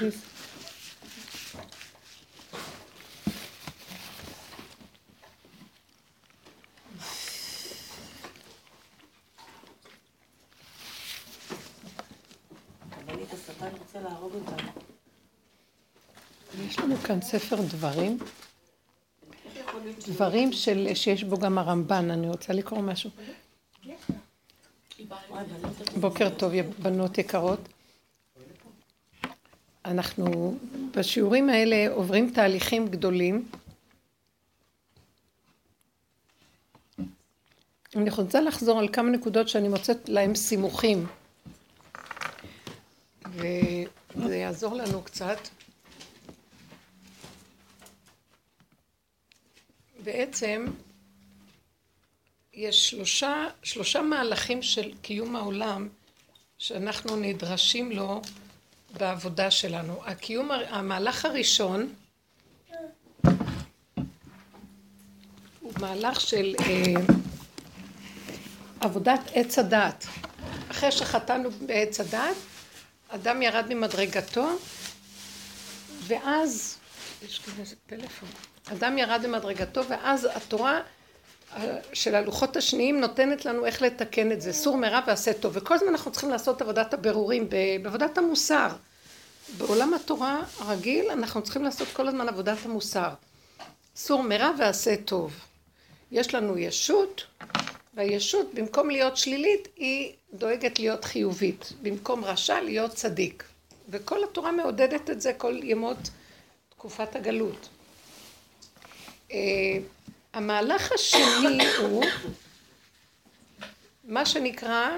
לי... השטן רוצה להרוג אותנו. יש לנו כאן ספר דברים. דברים שיש בו גם הרמב"ן, אני רוצה לקרוא משהו. בוקר טוב, בנות יקרות. אנחנו בשיעורים האלה עוברים תהליכים גדולים. אני רוצה לחזור על כמה נקודות שאני מוצאת להם סימוכים. וזה יעזור לנו קצת. בעצם יש שלושה מהלכים של קיום העולם שאנחנו נדרשים לו בעבודה שלנו. המהלך הראשון הוא מהלך של עבודת עץ הדעת. אחרי שחטאנו בעץ הדעת, אדם ירד ממדרגתו, ואז, יש כאן איזה טלפון, אדם ירד ממדרגתו, ואז התורה של הלוחות השניים נותנת לנו איך לתקן את זה, סור מרע ועשה טוב, וכל הזמן אנחנו צריכים לעשות עבודת הבירורים, בעבודת המוסר. בעולם התורה הרגיל אנחנו צריכים לעשות כל הזמן עבודת המוסר, סור מרע ועשה טוב. יש לנו ישות, והישות במקום להיות שלילית היא דואגת להיות חיובית, במקום רשע להיות צדיק. וכל התורה מעודדת את זה כל ימות תקופת הגלות. המהלך השני הוא מה שנקרא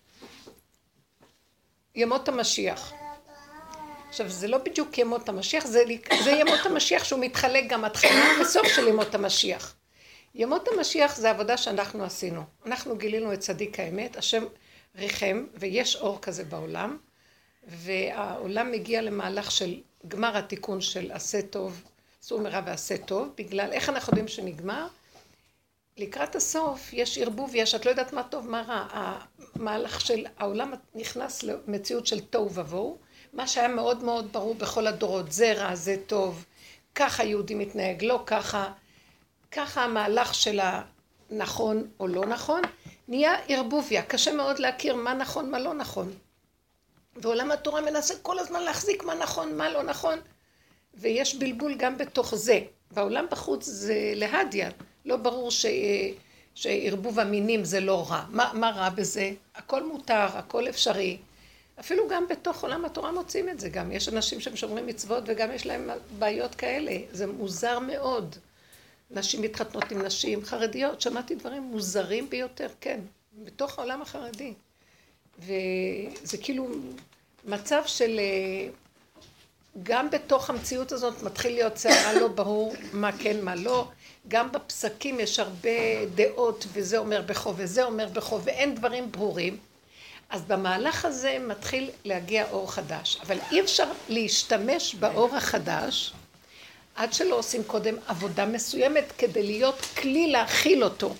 ימות המשיח. עכשיו זה לא בדיוק ימות המשיח, זה ימות המשיח שהוא מתחלק גם התחלה וסוף של ימות המשיח. ימות המשיח זה עבודה שאנחנו עשינו. אנחנו גילינו את צדיק האמת, השם ריחם, ויש אור כזה בעולם, והעולם מגיע למהלך של גמר התיקון של עשה טוב, סור מרע ועשה טוב, בגלל איך אנחנו יודעים שנגמר? לקראת הסוף יש ערבוב, את לא יודעת מה טוב, מה רע. המהלך של העולם נכנס למציאות של תוהו ובוהו, מה שהיה מאוד מאוד ברור בכל הדורות, זה רע, זה טוב, ככה יהודי מתנהג, לא ככה. ככה המהלך של הנכון או לא נכון, נהיה ערבוביה, קשה מאוד להכיר מה נכון, מה לא נכון. ועולם התורה מנסה כל הזמן להחזיק מה נכון, מה לא נכון, ויש בלבול גם בתוך זה. בעולם בחוץ זה להדיה, לא ברור שערבוב המינים זה לא רע. מה רע בזה? הכל מותר, הכל אפשרי. אפילו גם בתוך עולם התורה מוצאים את זה גם. יש אנשים שמשומרים מצוות וגם יש להם בעיות כאלה. זה מוזר מאוד. נשים מתחתנות עם נשים חרדיות, שמעתי דברים מוזרים ביותר, כן, בתוך העולם החרדי. וזה כאילו מצב של, גם בתוך המציאות הזאת מתחיל להיות סערה לא ברור מה כן, מה לא. גם בפסקים יש הרבה דעות, וזה אומר בכו, וזה אומר בכו, ואין דברים ברורים. אז במהלך הזה מתחיל להגיע אור חדש. אבל אי אפשר להשתמש באור החדש, עד שלא עושים קודם עבודה מסוימת כדי להיות כלי להכיל אותו.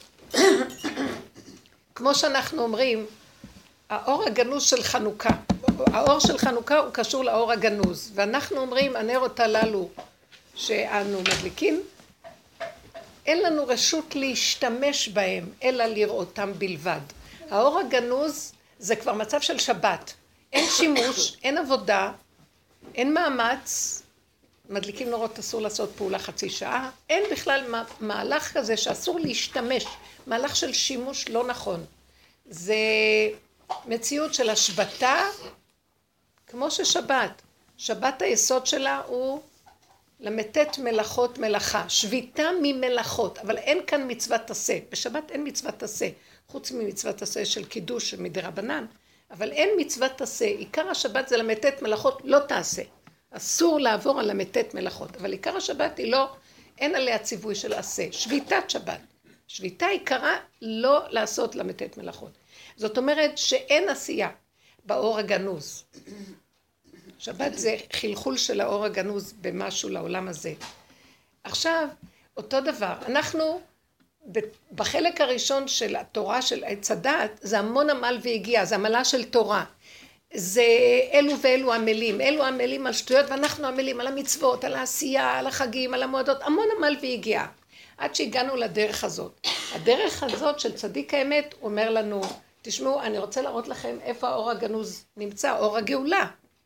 כמו שאנחנו אומרים, האור הגנוז של חנוכה, האור של חנוכה הוא קשור לאור הגנוז, ואנחנו אומרים, הנרות הללו שאנו מדליקים, אין לנו רשות להשתמש בהם, אלא לראותם בלבד. האור הגנוז זה כבר מצב של שבת, אין שימוש, אין עבודה, אין מאמץ, מדליקים נורות אסור לעשות פעולה חצי שעה, אין בכלל מהלך כזה שאסור להשתמש, מהלך של שימוש לא נכון. זה מציאות של השבתה, כמו ששבת, שבת היסוד שלה הוא למתת מלאכות מלאכה, שביתה ממלאכות, אבל אין כאן מצוות עשה, בשבת אין מצוות עשה, חוץ ממצוות עשה של קידוש מדרבנן, אבל אין מצוות עשה, עיקר השבת זה למתת מלאכות לא תעשה. אסור לעבור על המתת מלאכות, אבל עיקר השבת היא לא, אין עליה ציווי של עשה, שביתת שבת. שביתה עיקרה לא לעשות למתת מלאכות. זאת אומרת שאין עשייה באור הגנוז. שבת זה חלחול של האור הגנוז במשהו לעולם הזה. עכשיו, אותו דבר, אנחנו בחלק הראשון של התורה של עץ הדעת, זה המון עמל והגיע, זה עמלה של תורה. זה אלו ואלו עמלים, אלו עמלים על שטויות ואנחנו עמלים על המצוות, על העשייה, על החגים, על המועדות, המון עמל והגיע. עד שהגענו לדרך הזאת. הדרך הזאת של צדיק האמת אומר לנו, תשמעו, אני רוצה להראות לכם איפה האור הגנוז נמצא, אור הגאולה.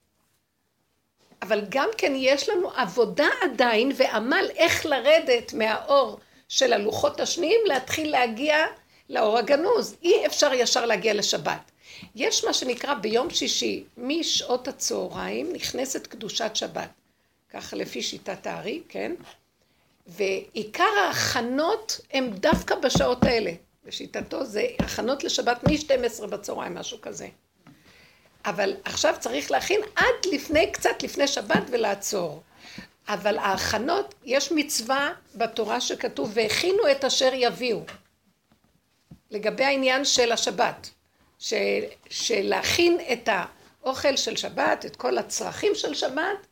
אבל גם כן יש לנו עבודה עדיין ועמל איך לרדת מהאור של הלוחות השניים, להתחיל להגיע לאור הגנוז. אי אפשר ישר להגיע לשבת. יש מה שנקרא ביום שישי, משעות הצהריים נכנסת קדושת שבת. ככה לפי שיטת הארי, כן? ועיקר ההכנות הם דווקא בשעות האלה. בשיטתו זה הכנות לשבת מ-12 בצהריים, משהו כזה. אבל עכשיו צריך להכין עד לפני, קצת לפני שבת ולעצור. אבל ההכנות, יש מצווה בתורה שכתוב, והכינו את אשר יביאו. לגבי העניין של השבת. של להכין את האוכל של שבת, את כל הצרכים של שבת,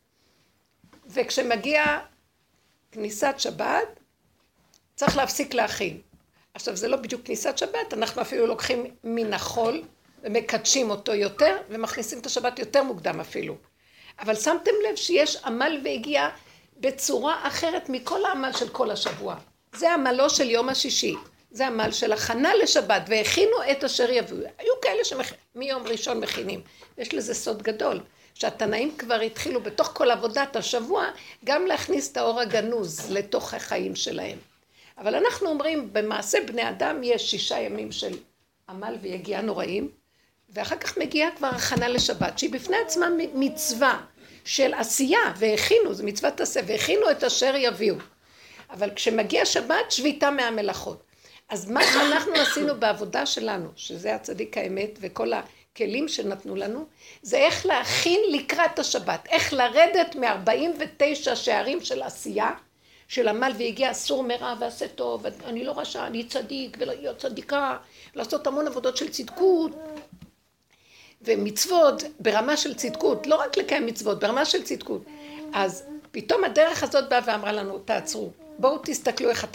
וכשמגיע כניסת שבת, צריך להפסיק להכין. עכשיו זה לא בדיוק כניסת שבת, אנחנו אפילו לוקחים מן החול, ומקדשים אותו יותר, ומכניסים את השבת יותר מוקדם אפילו. אבל שמתם לב שיש עמל והגיע בצורה אחרת מכל העמל של כל השבוע. זה עמלו של יום השישי. זה עמל של הכנה לשבת, והכינו את אשר יביאו. היו כאלה שמיום ראשון מכינים. יש לזה סוד גדול, שהתנאים כבר התחילו בתוך כל עבודת השבוע, גם להכניס את האור הגנוז לתוך החיים שלהם. אבל אנחנו אומרים, במעשה בני אדם יש 6 ימים של עמל ויגיעה נוראים, ואחר כך מגיעה כבר הכנה לשבת, שהיא בפני עצמה מצווה של עשייה, והכינו, זה מצוות עשה, והכינו את אשר יביאו. אבל כשמגיע שבת, שביתה מהמלאכות. אז מה שאנחנו עשינו בעבודה שלנו, שזה הצדיק האמת וכל הכלים שנתנו לנו, זה איך להכין לקראת השבת, איך לרדת מ-49 שערים של עשייה, של עמל והגיע אסור מרע ועשה טוב, אני לא רשע, אני צדיק ולהיות צדיקה, לעשות המון עבודות של צדקות, ומצוות ברמה של צדקות, לא רק לקיים מצוות, ברמה של צדקות. אז פתאום הדרך הזאת באה ואמרה לנו, תעצרו, בואו תסתכלו איך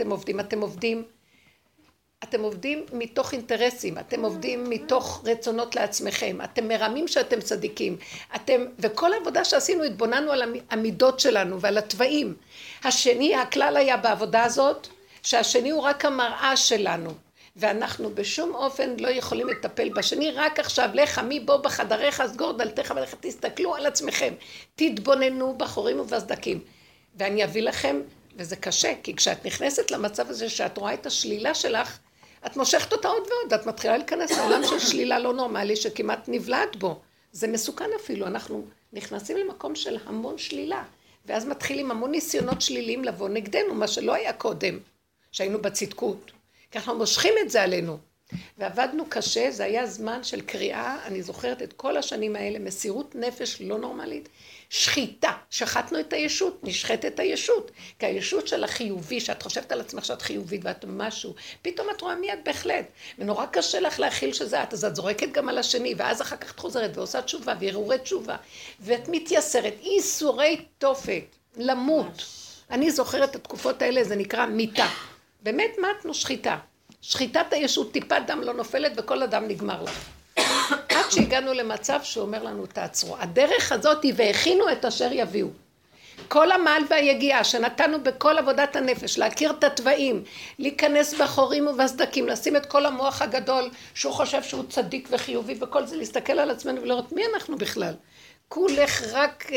אתם עובדים מתוך אינטרסים, אתם עובדים מתוך רצונות לעצמכם, אתם מרמים שאתם צדיקים, וכל העבודה שעשינו התבוננו על המידות שלנו ועל הטבעים. השני, הכלל היה בעבודה הזאת, שהשני הוא רק המראה שלנו, ואנחנו בשום אופן לא יכולים לטפל בשני, רק עכשיו, לך מי בוא בחדריך, סגור דלתיך ולך, תסתכלו על עצמכם, תתבוננו בחורים ובסדקים, ואני אביא לכם, וזה קשה, כי כשאת נכנסת למצב הזה שאת רואה את השלילה שלך, את מושכת אותה עוד ועוד, את מתחילה להיכנס לעולם של שלילה לא נורמלי שכמעט נבלעת בו. זה מסוכן אפילו, אנחנו נכנסים למקום של המון שלילה, ואז מתחילים המון ניסיונות שליליים לבוא נגדנו, מה שלא היה קודם, שהיינו בצדקות. כי אנחנו מושכים את זה עלינו. ועבדנו קשה, זה היה זמן של קריאה, אני זוכרת את כל השנים האלה, מסירות נפש לא נורמלית, שחיטה, שחטנו את הישות, נשחט את הישות, כי הישות של החיובי, שאת חושבת על עצמך שאת חיובית ואת משהו, פתאום את רואה מיד בהחלט, ונורא קשה לך להכיל שזה את, אז את זורקת גם על השני, ואז אחר כך את חוזרת ועושה תשובה, והרהורי תשובה, ואת מתייסרת, איסורי תופת, למות. אני זוכרת את התקופות האלה, זה נקרא מיתה. באמת מתנו שחיטה. שחיטת הישות, טיפת דם לא נופלת וכל אדם נגמר לך. עד שהגענו למצב שאומר לנו תעצרו. הדרך הזאת היא והכינו את אשר יביאו. כל המעל והיגיעה שנתנו בכל עבודת הנפש, להכיר את הטבעים, להיכנס בחורים ובסדקים, לשים את כל המוח הגדול שהוא חושב שהוא צדיק וחיובי וכל זה, להסתכל על עצמנו ולראות מי אנחנו בכלל. כולך רק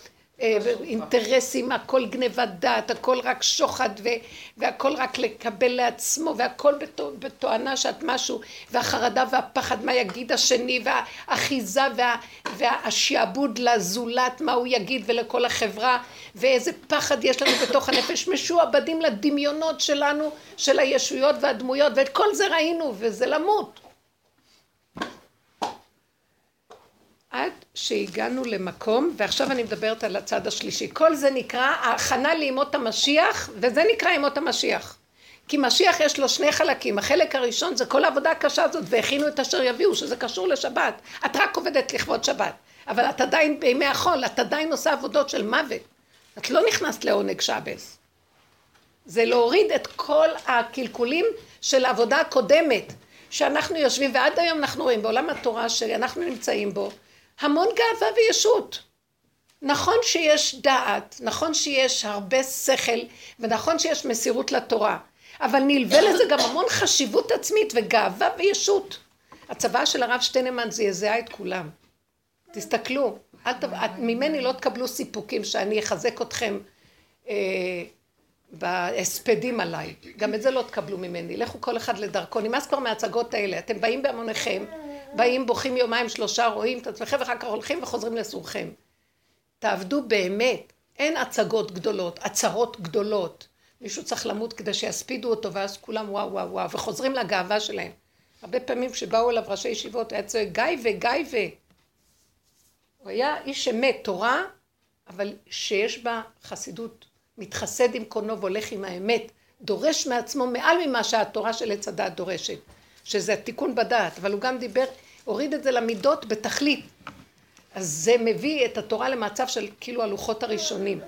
אינטרסים, הכל גנבת דעת, הכל רק שוחד והכל רק לקבל לעצמו והכל בתואנה שאת משהו והחרדה והפחד מה יגיד השני והאחיזה והשעבוד לזולת מה הוא יגיד ולכל החברה ואיזה פחד יש לנו בתוך הנפש משועבדים לדמיונות שלנו של הישויות והדמויות ואת כל זה ראינו וזה למות. עד שהגענו למקום, ועכשיו אני מדברת על הצד השלישי, כל זה נקרא ההכנה לימות המשיח, וזה נקרא ימות המשיח. כי משיח יש לו 2 חלקים, החלק הראשון זה כל העבודה הקשה הזאת, והכינו את אשר יביאו, שזה קשור לשבת. את רק עובדת לכבוד שבת, אבל את עדיין בימי החול, את עדיין עושה עבודות של מוות. את לא נכנסת לעונג שבס. זה להוריד את כל הקלקולים של העבודה הקודמת, שאנחנו יושבים, ועד היום אנחנו רואים בעולם התורה שאנחנו נמצאים בו, המון גאווה וישות. נכון שיש דעת, נכון שיש הרבה שכל, ונכון שיש מסירות לתורה, אבל נלווה לזה גם המון חשיבות עצמית וגאווה וישות. הצבא של הרב שטיינמן זעזע את כולם. תסתכלו, ממני לא תקבלו סיפוקים שאני אחזק אתכם בהספדים עליי. גם את זה לא תקבלו ממני. לכו כל אחד לדרכו. נמאס כבר מההצגות האלה. אתם באים בהמוניכם, באים, בוכים יומיים, 3, רואים את עצמכם, ואחר כך הולכים וחוזרים לסורכם. תעבדו באמת. אין הצגות גדולות, הצהרות גדולות. מישהו צריך למות כדי שיספידו אותו, ואז כולם וואו וואו וואו, וחוזרים לגאווה שלהם. הרבה פעמים שבאו אליו ראשי ישיבות, היה צועק גיא. הוא היה איש שמת תורה, אבל שיש בה חסידות, מתחסד עם קונו והולך עם האמת, דורש מעצמו מעל ממה שהתורה של עץ הדעת דורשת, שזה תיקון בדעת, אבל הוא גם דיבר, הוריד את זה למידות בתכלית. אז זה מביא את התורה למצב של כאילו הלוחות הראשונים.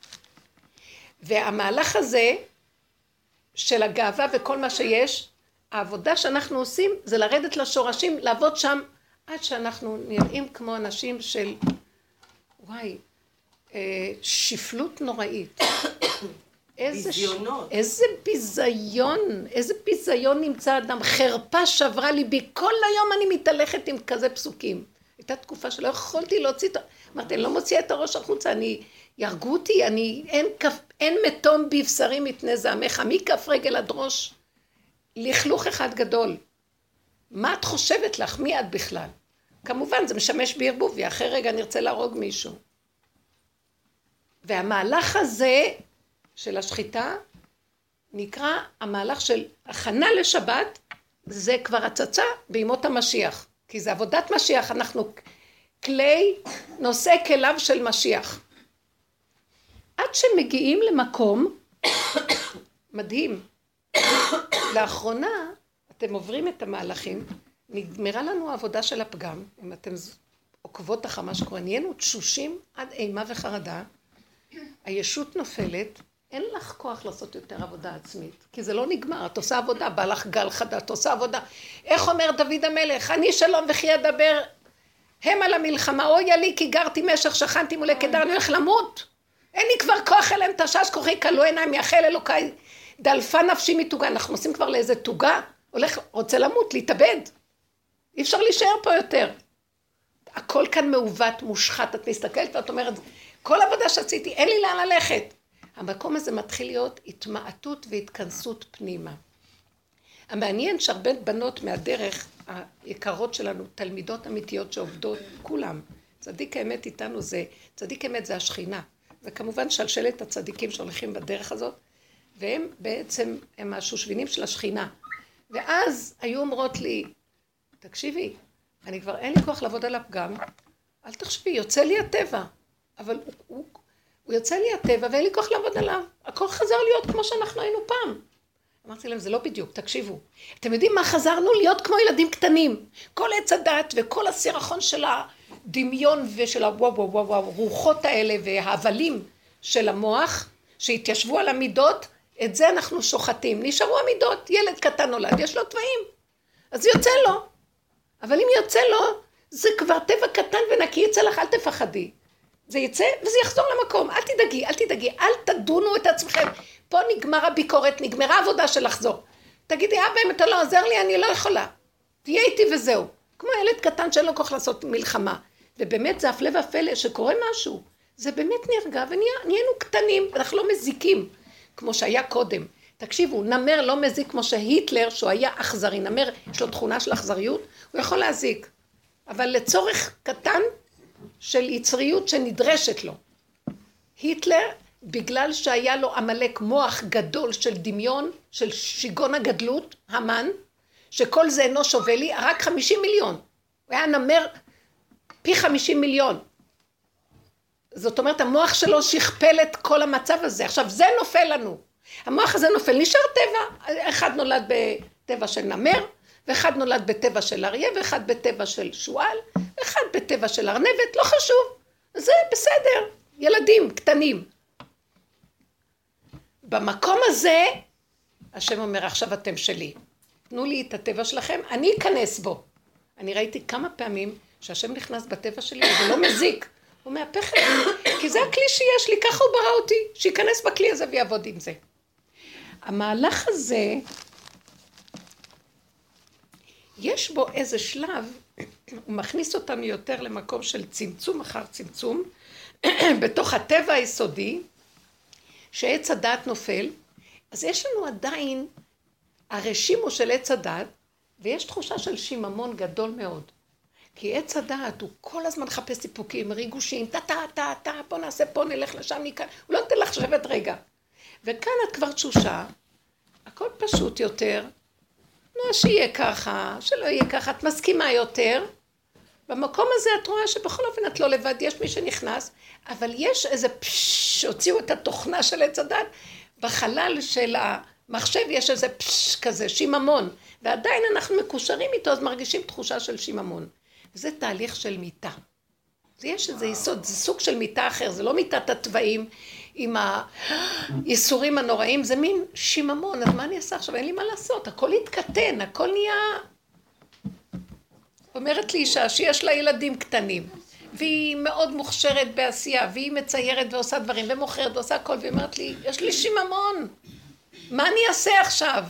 והמהלך הזה של הגאווה וכל מה שיש, העבודה שאנחנו עושים זה לרדת לשורשים, לעבוד שם עד שאנחנו נראים כמו אנשים של, שפלות נוראית. ביזיונות. איזה ביזיון נמצא אדם, חרפה שברה ליבי, כל היום אני מתהלכת עם כזה פסוקים. הייתה תקופה שלא יכולתי להוציא, אמרתי, אני לא מוציאה את הראש החוצה, ירגו אותי, אין מתום בבשרי מפני זעמך, מכף רגל עד ראש, לכלוך אחד גדול. מה את חושבת לך? מי את בכלל? כמובן, זה משמש בערבוביה, אחרי רגע נרצה להרוג מישהו. והמהלך הזה של השחיטה נקרא המהלך של הכנה לשבת, זה כבר הצצה בימות המשיח. כי זה עבודת משיח, אנחנו כלי נושא כליו של משיח. עד שמגיעים למקום מדהים. לאחרונה, אתם עוברים את המהלכים, נגמרה לנו העבודה של הפגם, אם אתם עוקבות אחר מה שקורה, נהיינו תשושים עד אימה וחרדה, הישות נופלת, אין לך כוח לעשות יותר עבודה עצמית, כי זה לא נגמר, את עושה עבודה, בא לך גל חדה, את עושה עבודה. איך אומר דוד המלך? אני שלום וכי אדבר, הם על המלחמה, אוי לי כי גרתי משך, שכנתי מולי כדר, אני הולך למות. אין לי כבר כוח אליהם, תשש כוחי, כלו עיניים, יחל אלוקיי, דלפה נפשי מתוגה, אנחנו עושים כבר לאיזה תוגה, רוצה למות, להתאבד. אי אפשר להישאר פה יותר. הכל כאן מעוות, מושחת, את מסתכלת ואת אומרת, כל עבודה שעשיתי, אין לי לאן ללכת. המקום הזה מתחיל להיות התמעטות והתכנסות פנימה. המעניין שהרבה בנות מהדרך היקרות שלנו, תלמידות אמיתיות שעובדות, כולם. צדיק האמת איתנו זה, צדיק האמת זה השכינה. וכמובן שלשלת הצדיקים שהולכים בדרך הזאת, והם בעצם, הם השושבינים של השכינה. ואז היו אומרות לי, תקשיבי, אני כבר אין לי כוח לעבוד על הפגם, אל תחשבי, יוצא לי הטבע, אבל הוא יוצא לי הטבע ואין לי כוח לעבוד עליו, הכל חזר להיות כמו שאנחנו היינו פעם. אמרתי להם, זה לא בדיוק, תקשיבו. אתם יודעים מה חזרנו? להיות כמו ילדים קטנים. כל עץ הדת וכל הסירחון של הדמיון ושל הרוחות האלה וההבלים של המוח שהתיישבו על המידות, את זה אנחנו שוחטים. נשארו המידות, ילד קטן נולד, יש לו טבעים. אז יוצא לו. אבל אם יוצא לו, זה כבר טבע קטן ונקי, יצא לך, אל תפחדי. זה יצא וזה יחזור למקום. אל תדאגי, אל תדונו את עצמכם. פה נגמר הביקורת, נגמרה העבודה של לחזור. תגידי, אבא, אם אתה לא עוזר לי, אני לא יכולה. תהיה איתי וזהו. כמו ילד קטן שאין לו כוח לעשות מלחמה. ובאמת זה הפלא והפלא שקורה משהו. זה באמת נרגע ונהיינו קטנים, אנחנו לא מזיקים, כמו שהיה קודם. תקשיבו, נמר לא מזיק כמו שהיטלר, שהוא היה אכזרי, נמר יש לו תכונה של אכזריות, הוא יכול להזיק. אבל לצורך קטן של יצריות שנדרשת לו. היטלר, בגלל שהיה לו עמלק מוח גדול של דמיון, של שיגון הגדלות, המן, שכל זה אינו שווה לי, רק 50 מיליון. הוא היה נמר פי 50 מיליון. זאת אומרת, המוח שלו שכפל את כל המצב הזה. עכשיו, זה נופל לנו. המוח הזה נופל, נשאר טבע. אחד נולד בטבע של נמר, ואחד נולד בטבע של אריה, ואחד בטבע של שואל, ואחד בטבע של ארנבת, לא חשוב. זה בסדר. ילדים קטנים. במקום הזה, השם אומר, עכשיו אתם שלי. תנו לי את הטבע שלכם, אני אכנס בו. אני ראיתי כמה פעמים שהשם נכנס בטבע שלי, זה לא מזיק. הוא מהפך את זה, כי זה הכלי שיש לי, ככה הוא ברא אותי, שיכנס בכלי הזה ויעבוד עם זה. המהלך הזה, יש בו איזה שלב, הוא מכניס אותנו יותר למקום של צמצום אחר צמצום, בתוך הטבע היסודי, שעץ הדעת נופל, אז יש לנו עדיין הרשימו של עץ הדעת, ויש תחושה של שיממון גדול מאוד. כי עץ הדעת הוא כל הזמן מחפש סיפוקים, ריגושים, בוא נעשה פה, נלך לשם, מכאן, הוא לא נותן לך לשבת רגע. וכאן את כבר תשושה, הכל פשוט יותר, שיהיה ככה, שלא יהיה ככה, את מסכימה יותר. במקום הזה את רואה שבכל אופן את לא לבד, יש מי שנכנס, אבל יש איזה הוציאו את התוכנה של עץ הדת, בחלל של המחשב יש איזה כזה, שיממון, ועדיין אנחנו מקושרים איתו, אז מרגישים תחושה של שיממון. וזה תהליך של מיטה. יש איזה יסוד, זה סוג של מיטה אחר, זה לא מיטת הטבעים עם היסורים הנוראים, זה מין שיממון, אז מה אני אעשה עכשיו? אין לי מה לעשות, הכל התקטן, הכל נהיה... אומרת לי אישה שיש לה ילדים קטנים, והיא מאוד מוכשרת בעשייה, והיא מציירת ועושה דברים, ומוכרת ועושה הכל, והיא אומרת לי, יש לי שיממון, מה אני אעשה עכשיו?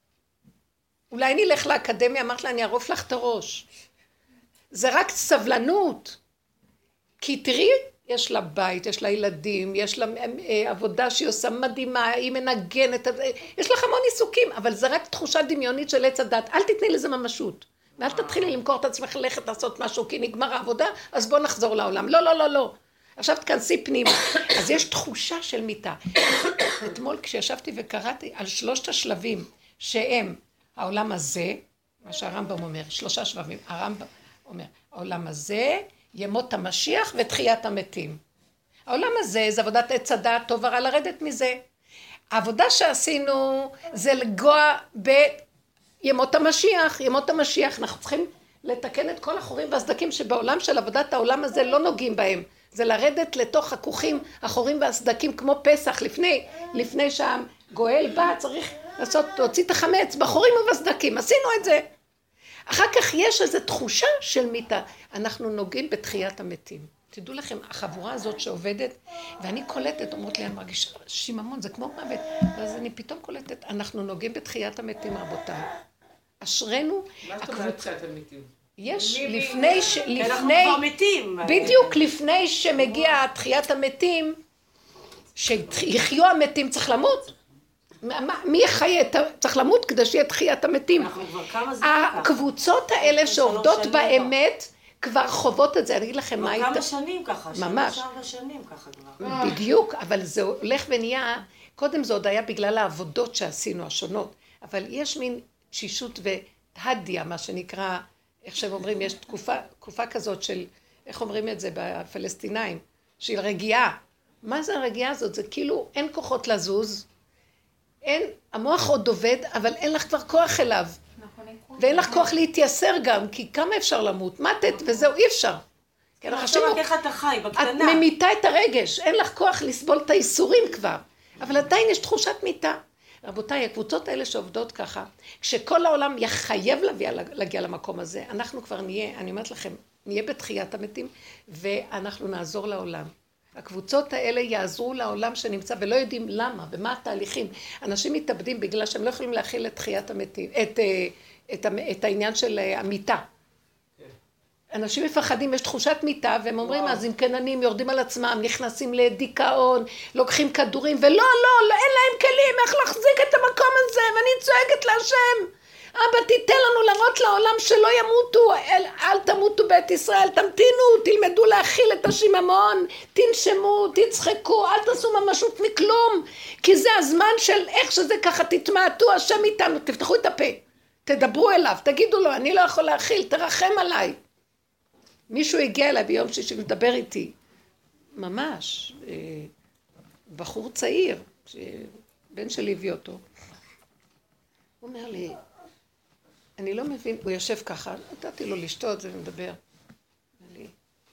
אולי נלך לאקדמיה, אמרת לה, אני אערוף לך את הראש. זה רק סבלנות. כי תראי, יש לה בית, יש לה ילדים, יש לה עבודה שהיא עושה מדהימה, היא מנגנת, יש לך המון עיסוקים, אבל זה רק תחושה דמיונית של עץ הדת, אל תתני לזה ממשות. ואל תתחילי למכור את עצמך ללכת לעשות משהו, כי נגמר העבודה, אז בוא נחזור לעולם. לא, לא, לא, לא. עכשיו תכנסי פנימה. אז יש תחושה של מיטה. אתמול כשישבתי וקראתי על 3 השלבים שהם העולם הזה, מה שהרמב"ם אומר, 3 שבבים, הרמב"ם אומר, העולם הזה, ימות המשיח ותחיית המתים. העולם הזה זה עבודת עץ הדעת, טוב ורע לרדת מזה. העבודה שעשינו זה לגוע ימות המשיח, ימות המשיח, אנחנו צריכים לתקן את כל החורים והסדקים שבעולם של עבודת העולם הזה לא נוגעים בהם. זה לרדת לתוך הכוכים, החורים והסדקים כמו פסח, לפני שהגואל בא, צריך להוציא את החמץ בחורים ובסדקים, עשינו את זה. אחר כך יש איזו תחושה של מיטה, אנחנו נוגעים בתחיית המתים. תדעו לכם, החבורה הזאת שעובדת, ואני קולטת, אומרות לי, אני מרגישה שיממון, זה כמו מוות, ואז אני פתאום קולטת, אנחנו נוגעים בתחיית המתים, רבותיי. אשרנו, מה זאת אומרת תחיית המתים? יש אנחנו כבר מתים. בדיוק לפני שמגיע תחיית המתים, שיחיו המתים צריך למות. מי יחיה, צריך למות כדי שיהיה תחיית המתים. אנחנו כבר כמה זמן ככה. הקבוצות האלה שעובדות באמת, כבר חוות את זה, אני אגיד לכם מה הייתה... כמה שנים ככה, ממש. 3 שנים ככה כבר. בדיוק, אבל זה הולך ונהיה, קודם זה עוד היה בגלל העבודות שעשינו השונות, אבל יש מין תשישות והדיה, מה שנקרא, איך שהם אומרים, יש תקופה כזאת של, איך אומרים את זה בפלסטינאים, של רגיעה. מה זה הרגיעה הזאת? זה כאילו אין כוחות לזוז, המוח עוד עובד, אבל אין לך כבר כוח אליו. ואין לך כוח להתייסר גם, כי כמה אפשר למות? מתת וזהו, אי אפשר. עכשיו רק איך אתה חי, בקטנה. את ממיתה את הרגש, אין לך כוח לסבול את האיסורים כבר, אבל עדיין יש תחושת מיתה. רבותיי, הקבוצות האלה שעובדות ככה, כשכל העולם יחייב להגיע למקום הזה, אנחנו כבר נהיה, אני אומרת לכם, נהיה בתחיית המתים, ואנחנו נעזור לעולם. הקבוצות האלה יעזרו לעולם שנמצא, ולא יודעים למה, ומה התהליכים. אנשים מתאבדים בגלל שהם לא יכולים להכיל את תחיית המתים, את העניין של המיטה. אנשים מפחדים, יש תחושת מיטה, והם אומרים, אז אם כננים יורדים על עצמם, נכנסים לדיכאון, לוקחים כדורים, ולא, אין להם כלים, איך להחזיק את המקום הזה, ואני צועקת להשם. אבא, תיתן לנו להראות לעולם שלא ימותו, אל תמותו בית ישראל, תמתינו, תלמדו להכיל את השיממון, תנשמו, תצחקו, אל תעשו ממשות מכלום, כי זה הזמן של איך שזה ככה, תתמעטו, השם איתנו, תפתחו את הפה, תדברו אליו, תגידו לו, אני לא יכול להכיל, תרחם עליי. מישהו הגיע אליי ביום שישי לדבר איתי, ממש, בחור צעיר, שבן שלי הביא אותו, הוא אומר לי, אני לא מבין, הוא יושב ככה, נתתי לו לשתות ומדבר. אומר לי,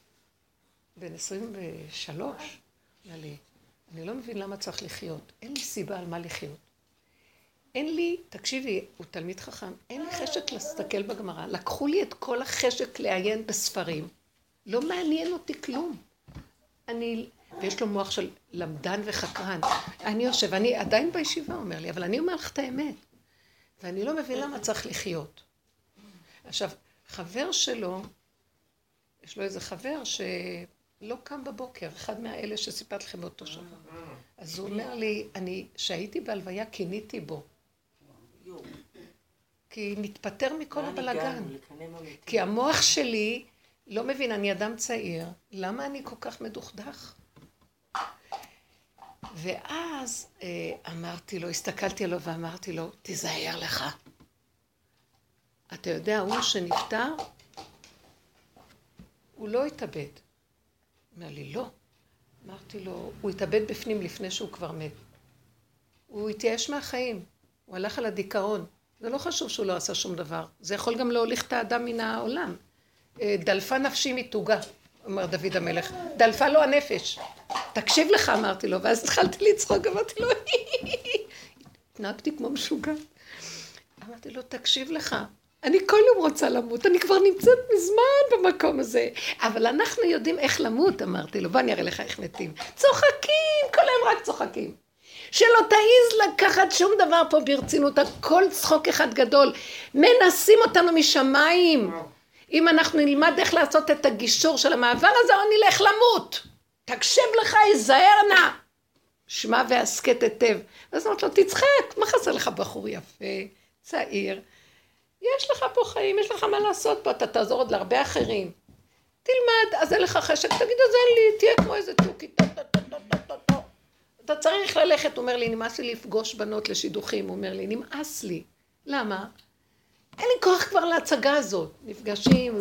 בן 23, אומר לי, אני לא מבין למה צריך לחיות, אין לי סיבה על מה לחיות. אין לי, תקשיבי, הוא תלמיד חכם, אין לי חשק להסתכל בגמרא. לקחו לי את כל החשק לעיין בספרים. לא מעניין אותי כלום. ויש לו מוח של למדן וחקרן. אני יושב, אני עדיין בישיבה, אומר לי, אבל אני אומר לך את האמת. ואני לא מבין למה צריך לחיות. עכשיו, חבר שלו, יש לו איזה חבר שלא קם בבוקר, אחד מהאלה שסיפרת לכם באותו שבוע. אז הוא אומר לי, שהייתי בהלוויה, קיניתי בו. כי נתפטר מכל הבלגן. כי המוח שלי לא מבין, אני אדם צעיר, למה אני כל כך מדוכדך? ואז אמרתי לו, הסתכלתי עליו ואמרתי לו, תיזהר לך. אתה יודע, הוא שנפטר, הוא לא התאבד. הוא אומר לי, לא. אמרתי לו, הוא התאבד בפנים לפני שהוא כבר מת. הוא התייאש מהחיים, הוא הלך על הדיכאון. זה לא חשוב שהוא לא עשה שום דבר. זה יכול גם להוליך את האדם מן העולם. דלפה נפשי מתוגה, אומר דוד המלך. דלפה לו הנפש. תקשיב לך, אמרתי לו, ואז התחלתי לצחוק, אמרתי לו, התנהגתי כמו משוגע. אמרתי לו, תקשיב לך, אני כל יום רוצה למות, אני כבר נמצאת מזמן במקום הזה, אבל אנחנו יודעים איך למות, אמרתי לו, בוא אני אראה לך איך מתים. צוחקים, כל היום רק צוחקים. שלא תעיז לקחת שום דבר פה ברצינות, הכל צחוק אחד גדול. מנסים אותנו משמיים. אם אנחנו נלמד איך לעשות את הגישור של המעבר הזה, או נלך למות. תקשב לך, יזהר נא. שמע והסקט היטב. אז אמרת לו, תצחק, מה חסר לך בחור יפה, צעיר? יש לך פה חיים, יש לך מה לעשות פה, אתה תעזור עוד להרבה אחרים. תלמד, אז אין לך חשק, תגיד, אז אין לי, תהיה כמו איזה תוכי, אתה צריך ללכת, הוא אומר לי, נמאס לי לפגוש בנות לשידוכים, הוא אומר לי, נמאס לי. למה? אין לי כוח כבר להצגה הזאת. נפגשים,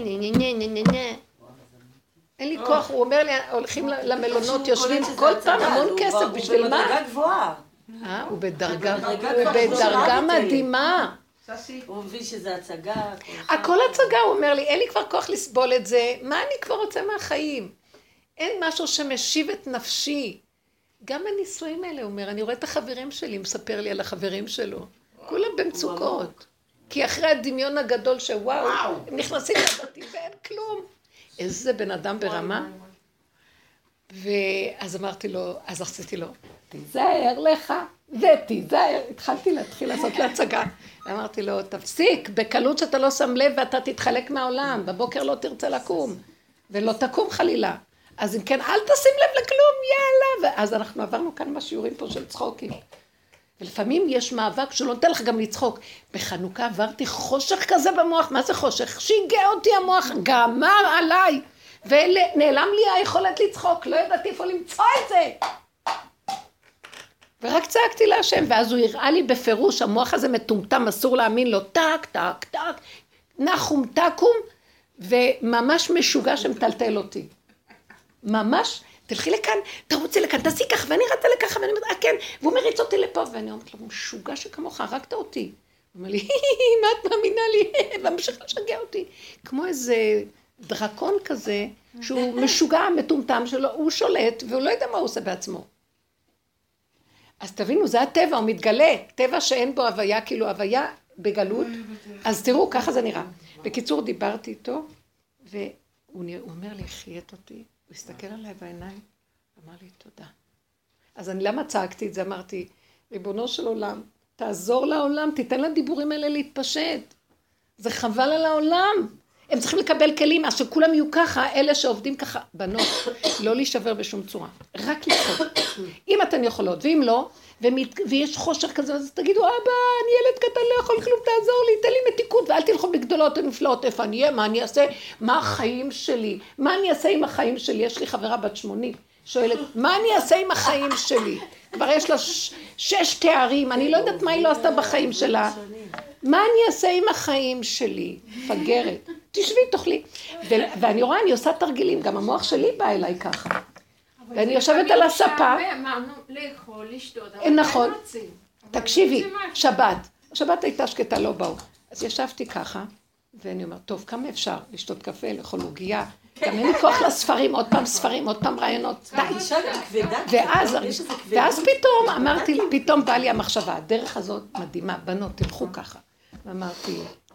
אין לי כוח, הוא אומר לי, הולכים למלונות, יושבים כל פעם המון כסף, בשביל מה? הוא בדרגה גבוהה. הוא בדרגה מדהימה. הוא מבין שזה הצגה. הכל הצגה, הוא אומר לי, אין לי כבר כוח לסבול את זה, מה אני כבר רוצה מהחיים? אין משהו שמשיב את נפשי. גם הנישואים האלה, הוא אומר, אני רואה את החברים שלי, מספר לי על החברים שלו. כולם במצוקות. כי אחרי הדמיון הגדול שוואו, הם נכנסים לבתים ואין כלום. איזה בן אדם ברמה. ואז אמרתי לו, אז עשיתי לו, תיזהר לך, ותיזהר. התחלתי לעשות להצגה. אמרתי לו, תפסיק, בקלות שאתה לא שם לב ואתה תתחלק מהעולם, בבוקר לא תרצה לקום, ולא תקום חלילה. אז אם כן, אל תשים לב לכלום, יאללה. ואז אנחנו עברנו כאן מהשיעורים פה של צחוקים. ולפעמים יש מאבק שלא נותן לך גם לצחוק. בחנוכה עברתי חושך כזה במוח. מה זה חושך? שיגע אותי המוח, גמר עליי. ונעלם לי היכולת לצחוק, לא ידעתי איפה למצוא את זה. ורק צעקתי להשם, ואז הוא הראה לי בפירוש, המוח הזה מטומטם, אסור להאמין לו, טק, טק, טק, נחום, תקום, וממש משוגע שמטלטל אותי. ממש, תלכי לכאן, תרוצי לכאן, תעשי כך, ואני רצה לככה, ואני אומרת, כן, והוא מריץ אותי לפה, ואני אומרת לו, משוגע שכמוך, הרגת אותי. הוא אומר לי, מה את מאמינה לי? והמשך לשגע אותי. כמו איזה דרקון כזה, שהוא משוגע, מטומטם שלו, הוא שולט, והוא לא יודע מה הוא עושה בעצמו. אז תבינו, זה הטבע, הוא מתגלה, טבע שאין בו הוויה, כאילו הוויה בגלות, אז תראו, ככה זה נראה. בקיצור, דיברתי איתו, והוא אומר לי, חיית אותי, הוא הסתכל עליי בעיניים, אמר לי, תודה. אז למה צעקתי את זה? אמרתי, ריבונו של עולם, תעזור לעולם, תיתן לדיבורים האלה להתפשט. זה חבל על העולם. הם צריכים לקבל כלים, אז שכולם יהיו ככה, אלה שעובדים ככה, בנות, לא להישבר בשום צורה, רק לצחוק. אם אתן יכולות, ואם לא, ויש חושך כזה, אז תגידו, אבא, אני ילד קטן, לא יכול כלום, תעזור לי, תן לי מתיקות, ואל תלכו בגדולות ונפלאות, איפה אני אהיה, מה אני אעשה, מה החיים שלי, מה אני אעשה עם החיים שלי, יש לי חברה בת 80, שואלת, מה אני אעשה עם החיים שלי, כבר יש לה 6 תארים, אני לא יודעת מה היא לא עשתה בחיים שלה, מה אני אעשה עם החיים שלי, פגרת, תשבי, תאכלי, ואני רואה, אני עושה תרגילים, גם המוח שלי בא אליי ככה, ואני יושבת על הספה, אמרנו לאכול, לשתות, נכון, תקשיבי, שבת הייתה שקטה, לא באו, אז ישבתי ככה, ואני אומרת, טוב, כמה אפשר לשתות קפה, לאכול עוגיה, גם אין לי כוח לספרים, עוד פעם ספרים, עוד פעם רעיונות, די. אישה גם כבדה. ואז פתאום אמרתי, פתאום בא לי המחשבה, הדרך הזאת מדהימה, בנות, תלכו ככה. ואמרתי,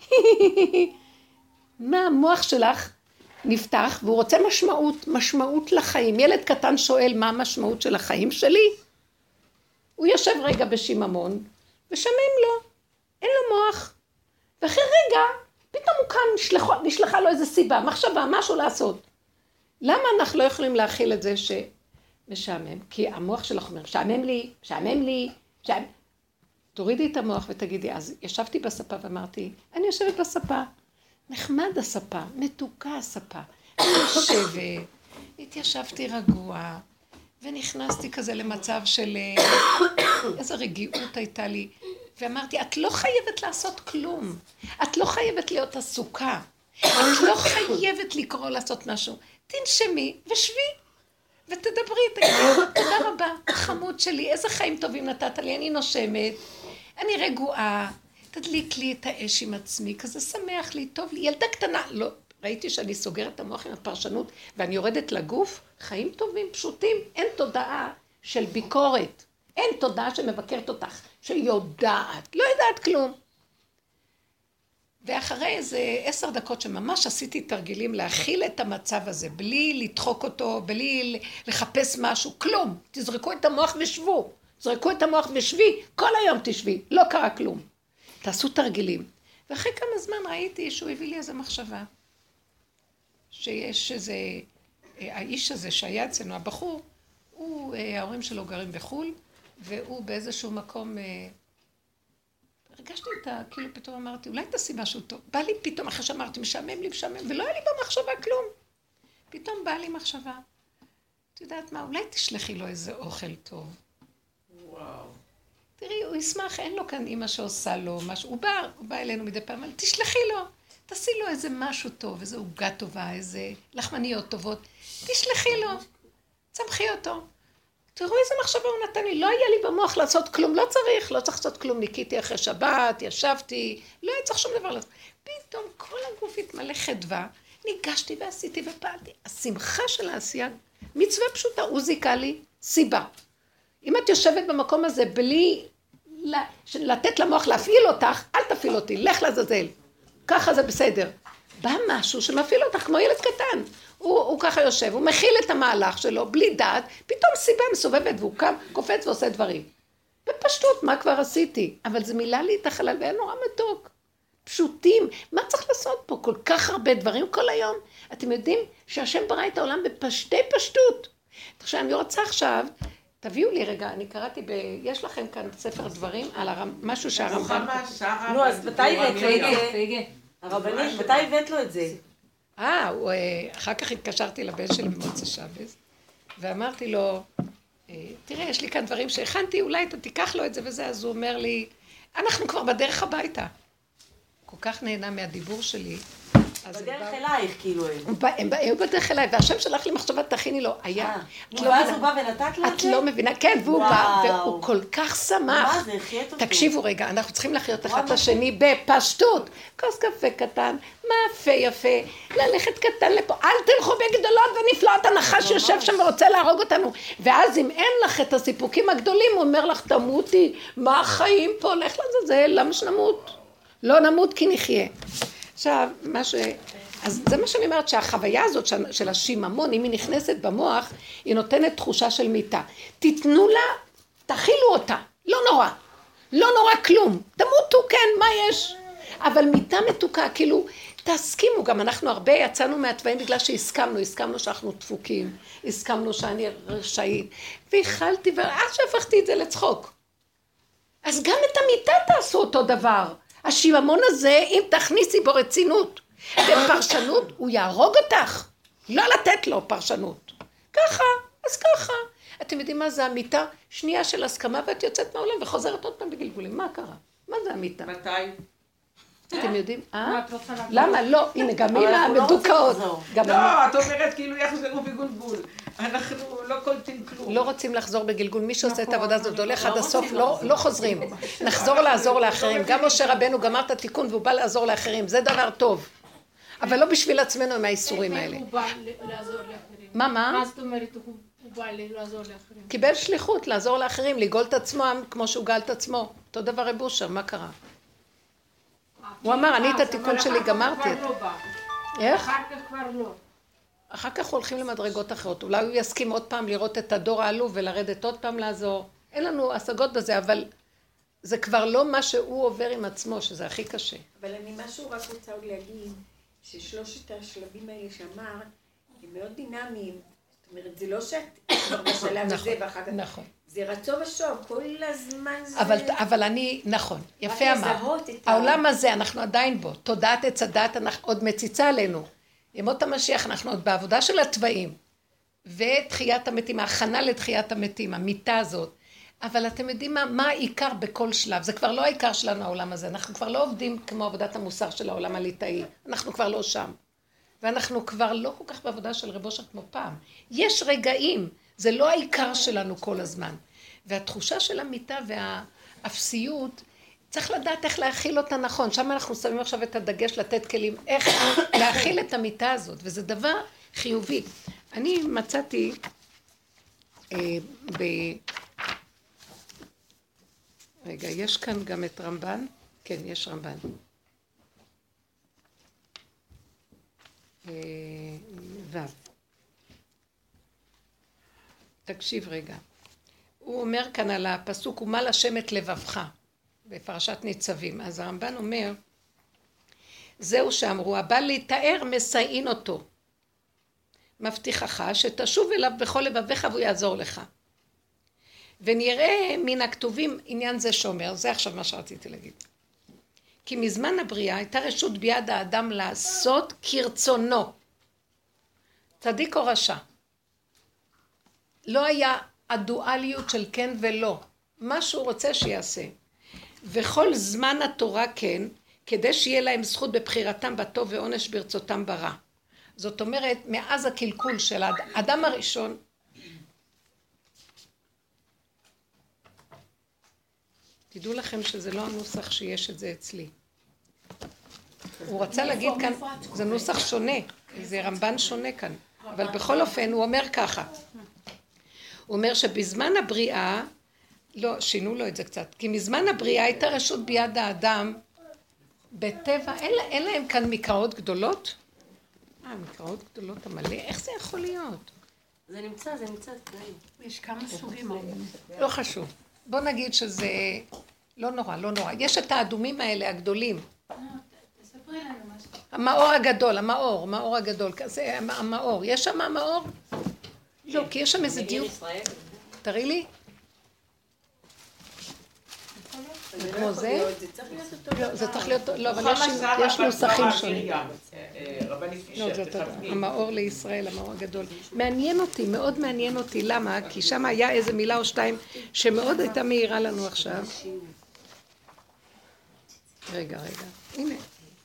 מה המוח שלך נפתח, והוא רוצה משמעות לחיים. ילד קטן שואל מה המשמעות של החיים שלי. הוא יושב רגע בשיממון, ושמים לו, אין לו מוח. ואחרי רגע, פתאום הוא קם, נשלחה לו איזו סיבה, מחשבה, משהו לעשות. למה אנחנו לא יכולים להכיל את זה שמשעמם? כי המוח שלך אומר, משעמם לי. תורידי את המוח ותגידי, אז ישבתי בספה ואמרתי, אני יושבת בספה, נחמד הספה, מתוקה הספה. אני יושבת, התיישבתי רגוע, ונכנסתי כזה למצב של איזו רגיעות הייתה לי, ואמרתי, את לא חייבת לעשות כלום, את לא חייבת להיות עסוקה, את לא חייבת לקרוא לעשות משהו, תנשמי ושבי, ותדברי, תודה רבה, חמוד שלי, איזה חיים טובים נתת לי, אני נושמת, אני רגועה, תדליק לי את האש עם עצמי, כזה שמח לי, טוב לי, ילדה קטנה, לא, ראיתי שאני סוגרת את המוח עם הפרשנות, ואני יורדת לגוף, חיים טובים, פשוטים, אין תודעה של ביקורת, אין תודעה שמבקרת אותך, שיודעת, לא יודעת כלום. ואחרי איזה 10 דקות שממש עשיתי תרגילים להכיל את המצב הזה, בלי לדחוק אותו, בלי לחפש משהו, כלום. תזרקו את המוח ושבו, זרקו את המוח ושבי, כל היום תשבי, לא קרה כלום. תעשו תרגילים. ואחרי כמה זמן ראיתי שהוא הביא לי איזו מחשבה, שיש איזה, האיש הזה שהיה אצלנו, הבחור, ההורים שלו גרים בחול, והוא באיזשהו מקום, הרגשתי אותה, כאילו פתאום אמרתי, אולי תעשי משהו טוב. בא לי פתאום, אחרי שאמרתי, משעמם, ולא היה לי במחשבה כלום. פתאום בא לי מחשבה. את יודעת מה, אולי תשלחי לו איזה אוכל טוב. וואו. תראי, הוא ישמח, אין לו כאן אמא שעושה לו משהו. הוא בא אלינו מדי פעם, אבל תשלחי לו. תעשי לו איזה משהו טוב, איזה עוגה טובה, איזה לחמניות טובות. תשלחי לו. צמחי אותו. תראו איזה מחשבה הוא נתן לי, לא היה לי במוח לעשות כלום, לא צריך לעשות כלום, ניקיתי אחרי שבת, ישבתי, לא היה צריך שום דבר לעשות. פתאום כל הגוף התמלא חדווה, ניגשתי ועשיתי ופעלתי. השמחה של העשייה, מצווה פשוטה, הוא זיקה לי סיבה. אם את יושבת במקום הזה בלי לתת למוח להפעיל אותך, אל תפעיל אותי, לך לזזל. ככה זה בסדר. בא משהו שמפעיל אותך כמו ילד קטן. הוא ככה יושב, הוא מכיל את המהלך שלו, בלי דעת, פתאום סיבה מסובבת, והוא קם, קופץ ועושה דברים. בפשטות, מה כבר עשיתי? אבל זה מילא לי את החלל, והיה נורא מתוק. פשוטים, מה צריך לעשות פה? כל כך הרבה דברים כל היום. אתם יודעים שהשם ברא את העולם בפשטי פשטות. עכשיו, אני רוצה עכשיו, תביאו לי רגע, אני קראתי יש לכם כאן ספר דברים על משהו שהרמב"ם... נו, אז מתי הבאת לו את זה? הרבנית, מתי הבאת לו את זה? אחר כך התקשרתי לבן שלי במוצא שבס, ואמרתי לו, תראה, יש לי כאן דברים שהכנתי, אולי אתה תיקח לו את זה וזה, אז הוא אומר לי, אנחנו כבר בדרך הביתה. כל כך נהנה מהדיבור שלי. בדרך אלייך, כאילו הם היו בדרך אליי, והשם שלח לי מחשבה, תכיני לו, היה. ואז הוא בא ונתת לו את זה? את לא מבינה, כן, והוא בא, והוא כל כך שמח. מה זה, החיית אותו? תקשיבו רגע, אנחנו צריכים לחיות אחד לשני בפשטות. כוס קפה קטן, מאפה יפה, ללכת קטן לפה, אל תלכו בגדולות ונפלאות, הנחש יושב שם ורוצה להרוג אותנו. ואז אם אין לך את הסיפוקים הגדולים, הוא אומר לך, תמותי, מה החיים פה, לך לזה, למה שנמות? לא נמות כי נחיה. עכשיו, אז זה מה שאני אומרת, שהחוויה הזאת של השיממון, אם היא נכנסת במוח, היא נותנת תחושה של מיטה. תיתנו לה, תכילו אותה, לא נורא. לא נורא כלום. תמותו, כן, מה יש? אבל מיטה מתוקה, כאילו, תסכימו, גם אנחנו הרבה יצאנו מהטבעים בגלל הסכמנו שאנחנו דפוקים, הסכמנו שאני רשאית, והחלתי, ואז שהפכתי את זה לצחוק. אז גם את המיטה תעשו אותו דבר. השיממון הזה, אם תכניסי בו רצינות ופרשנות, הוא יהרוג אותך. לא לתת לו פרשנות. ככה, אז ככה. אתם יודעים מה זה המיטה? שנייה של הסכמה ואת יוצאת מהעולם וחוזרת עוד פעם בגלגולים. מה קרה? מה זה המיטה? מתי? אתם יודעים? למה? לא, הנה, גם עם המדוכאות. לא, את אומרת כאילו יחזרו בגלגול. אנחנו לא קולטים כלום. לא רוצים לחזור בגלגול. מי שעושה את העבודה הזאת הולך עד הסוף, לא חוזרים. נחזור לעזור לאחרים. גם משה רבנו גמר את התיקון והוא בא לעזור לאחרים. זה דבר טוב. אבל לא בשביל עצמנו עם האיסורים האלה. הוא בא לעזור לאחרים. מה? מה זאת אומרת הוא בא לעזור לאחרים? קיבל שליחות לעזור לאחרים, לגאול את עצמו כמו שהוא גאל את עצמו. אותו דבר רב אושר, מה קרה? הוא אמר, אני את התיקון שלי גמרתי. איך? אחר כך כבר לא. אחר כך הולכים למדרגות אחרות. אולי הוא יסכים עוד פעם לראות את הדור העלוב ולרדת עוד פעם לעזור. אין לנו השגות בזה, אבל זה כבר לא מה שהוא עובר עם עצמו, שזה הכי קשה. אבל אני משהו רק רוצה עוד להגיד, ששלושת השלבים האלה שאמר, הם מאוד דינמיים. זאת אומרת, זה לא שאת כבר בשלב הזה ואחר כך. נכון. זה רצו ושוב, כל הזמן זה... אבל אני, נכון, יפה אמר. לזהות את העולם הזה, אנחנו עדיין בו. תודעת עץ הדת עוד מציצה עלינו. ימות המשיח, אנחנו עוד בעבודה של התוואים. ותחיית המתים, ההכנה לתחיית המתים, המיטה הזאת. אבל אתם יודעים מה העיקר בכל שלב? זה כבר לא העיקר שלנו העולם הזה. אנחנו כבר לא עובדים כמו עבודת המוסר של העולם הליטאי. אנחנו כבר לא שם. ואנחנו כבר לא כל כך בעבודה של רב אושר כמו פעם. יש רגעים, זה לא העיקר שלנו כל הזמן. והתחושה של המיטה והאפסיות, צריך לדעת איך להכיל אותה נכון. שם אנחנו שמים עכשיו את הדגש לתת כלים, איך להכיל את המיטה הזאת. וזה דבר חיובי. אני מצאתי רגע, יש כאן גם את רמב"ן? כן, יש רמב"ן. ו' תקשיב רגע. הוא אומר כאן על הפסוק, ומל השם את לבבך, בפרשת ניצבים. אז הרמב"ן אומר, זהו שאמרו, הבא להתאר מסייעין אותו. מבטיחך שתשוב אליו בכל לבביך והוא יעזור לך. ונראה מן הכתובים עניין זה שאומר, זה עכשיו מה שרציתי להגיד. כי מזמן הבריאה הייתה רשות ביד האדם לעשות כרצונו. צדיק או רשע. לא היה הדואליות של כן ולא. מה שהוא רוצה שיעשה. וכל זמן התורה כן, כדי שיהיה להם זכות בבחירתם בטוב ועונש ברצותם ברע. זאת אומרת, מאז הקלקול של האדם הראשון, תדעו לכם שזה לא הנוסח שיש את זה אצלי. הוא רצה להגיד כאן, זה נוסח שונה, זה רמב"ן שונה כאן, אבל בכל אופן הוא אומר ככה. הוא אומר שבזמן הבריאה, לא, שינו לו את זה קצת, כי מזמן הבריאה הייתה רשות ביד האדם בטבע, אין להם כאן מקראות גדולות? מקראות גדולות המלא, איך זה יכול להיות? זה נמצא. יש כמה סוגים. לא חשוב. בוא נגיד שזה לא נורא. יש את האדומים האלה הגדולים. תספרי לנו משהו. המאור הגדול, המאור הגדול. זה המאור. יש שם המאור? לא, כי יש שם איזה דיוק. תראי לי. זה כמו זה? זה צריך להיות, לא, אבל יש נוסחים שונים. לא, זאת המאור לישראל, המאור הגדול. מעניין אותי, מאוד מעניין אותי. למה? כי שם היה איזה מילה או שתיים שמאוד הייתה מהירה לנו עכשיו. רגע. הנה.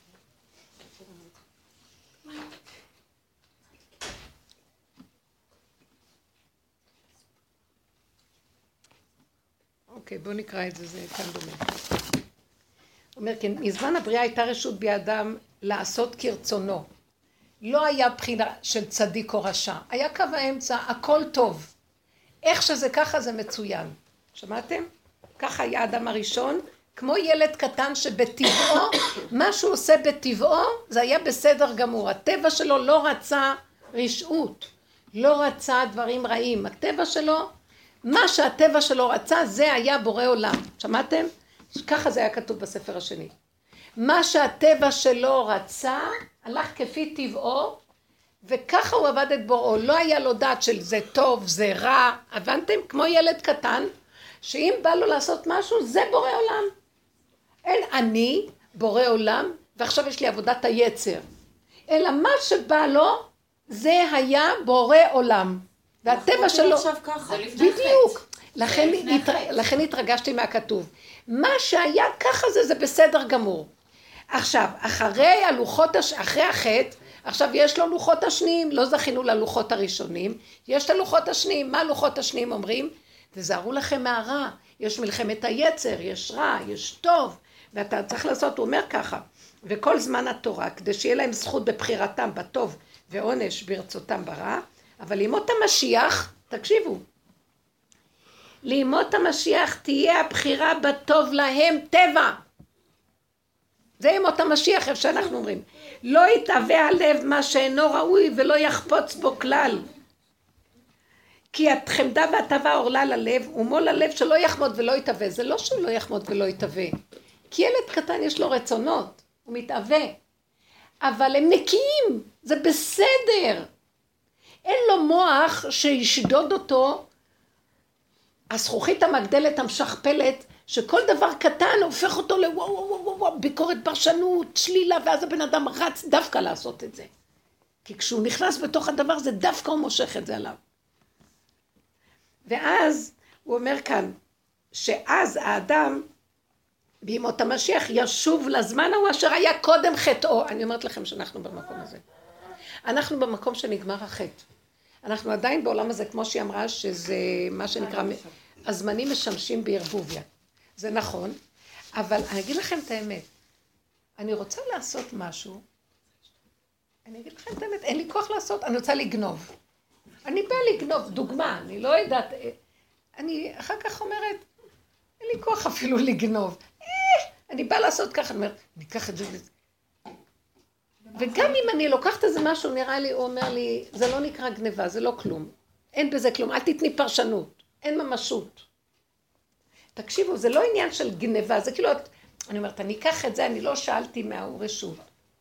אוקיי, בואו נקרא את זה, זה כאן דומה. הוא אומר, כן, מזמן הבריאה הייתה רשות בידם לעשות כרצונו. לא היה בחינה של צדיק או רשע. היה קו האמצע, הכל טוב. איך שזה ככה זה מצוין. שמעתם? ככה היה האדם הראשון, כמו ילד קטן שבטבעו, מה שהוא עושה בטבעו, זה היה בסדר גמור. הטבע שלו לא רצה רשעות, לא רצה דברים רעים. הטבע שלו, מה שהטבע שלו רצה, זה היה בורא עולם. שמעתם? ככה זה היה כתוב בספר השני. מה שהטבע שלו רצה, הלך כפי טבעו, וככה הוא עבד את בוראו. לא היה לו דעת של זה טוב, זה רע. הבנתם? כמו ילד קטן, שאם בא לו לעשות משהו, זה בורא עולם. אין אני בורא עולם, ועכשיו יש לי עבודת היצר. אלא מה שבא לו, זה היה בורא עולם. והטבע שלו... בדיוק. לכן התרגשתי מהכתוב. מה שהיה ככה זה בסדר גמור. עכשיו, אחרי החטא, עכשיו יש לו לוחות השניים, לא זכינו ללוחות הראשונים, יש את הלוחות השניים. מה לוחות השניים אומרים? תזהרו לכם מהרע, יש מלחמת היצר, יש רע, יש טוב. ואתה צריך לעשות, הוא אומר ככה, וכל זמן התורה, כדי שיהיה להם זכות בבחירתם בטוב ועונש ברצותם ברע, אבל לימות המשיח, תקשיבו, לימות המשיח תהיה הבחירה בטוב להם טבע. זה ימות המשיח, איפה שאנחנו אומרים. לא יתהווה הלב מה שאינו ראוי ולא יחפוץ בו כלל. כי החמדה והטבע עורלה ללב, ומול הלב שלא יחמוד ולא יתהווה. זה לא שהוא לא יחמוד ולא יתהווה. כי ילד קטן יש לו רצונות, הוא מתהווה. אבל הם נקיים, זה בסדר. אין לו מוח שישדוד אותו, הזכוכית המגדלת, המשכפלת, שכל דבר קטן הופך אותו לוואו וואו וואו וואו, ביקורת פרשנות, שלילה, ואז הבן אדם רץ דווקא לעשות את זה. כי כשהוא נכנס בתוך הדבר זה דווקא הוא מושך את זה עליו. ואז הוא אומר כאן, שאז האדם בימות המשיח ישוב לזמן ההוא אשר היה קודם חטאו. אני אומרת לכם שאנחנו במקום הזה. אנחנו במקום שנגמר החטא. אנחנו עדיין בעולם הזה, כמו שהיא אמרה, שזה מה שנקרא, הזמנים משמשים בערבוביה. זה נכון, אבל אני אגיד לכם את האמת. אני רוצה לעשות משהו, אני אגיד לכם את האמת, אין לי כוח לעשות, אני רוצה לגנוב. אני באה לגנוב, דוגמה, אני לא יודעת, אני אחר כך אומרת, אין לי כוח אפילו לגנוב. אני באה לעשות ככה, אני אומרת, אני אקח את זה וזה. וגם אם אני לוקחת איזה משהו, נראה לי, הוא אומר לי, זה לא נקרא גניבה, זה לא כלום. אין בזה כלום, אל תתני פרשנות, אין ממשות. תקשיבו, זה לא עניין של גניבה, זה כאילו, אני אומרת, אני אקח את זה, אני לא שאלתי מהרשות.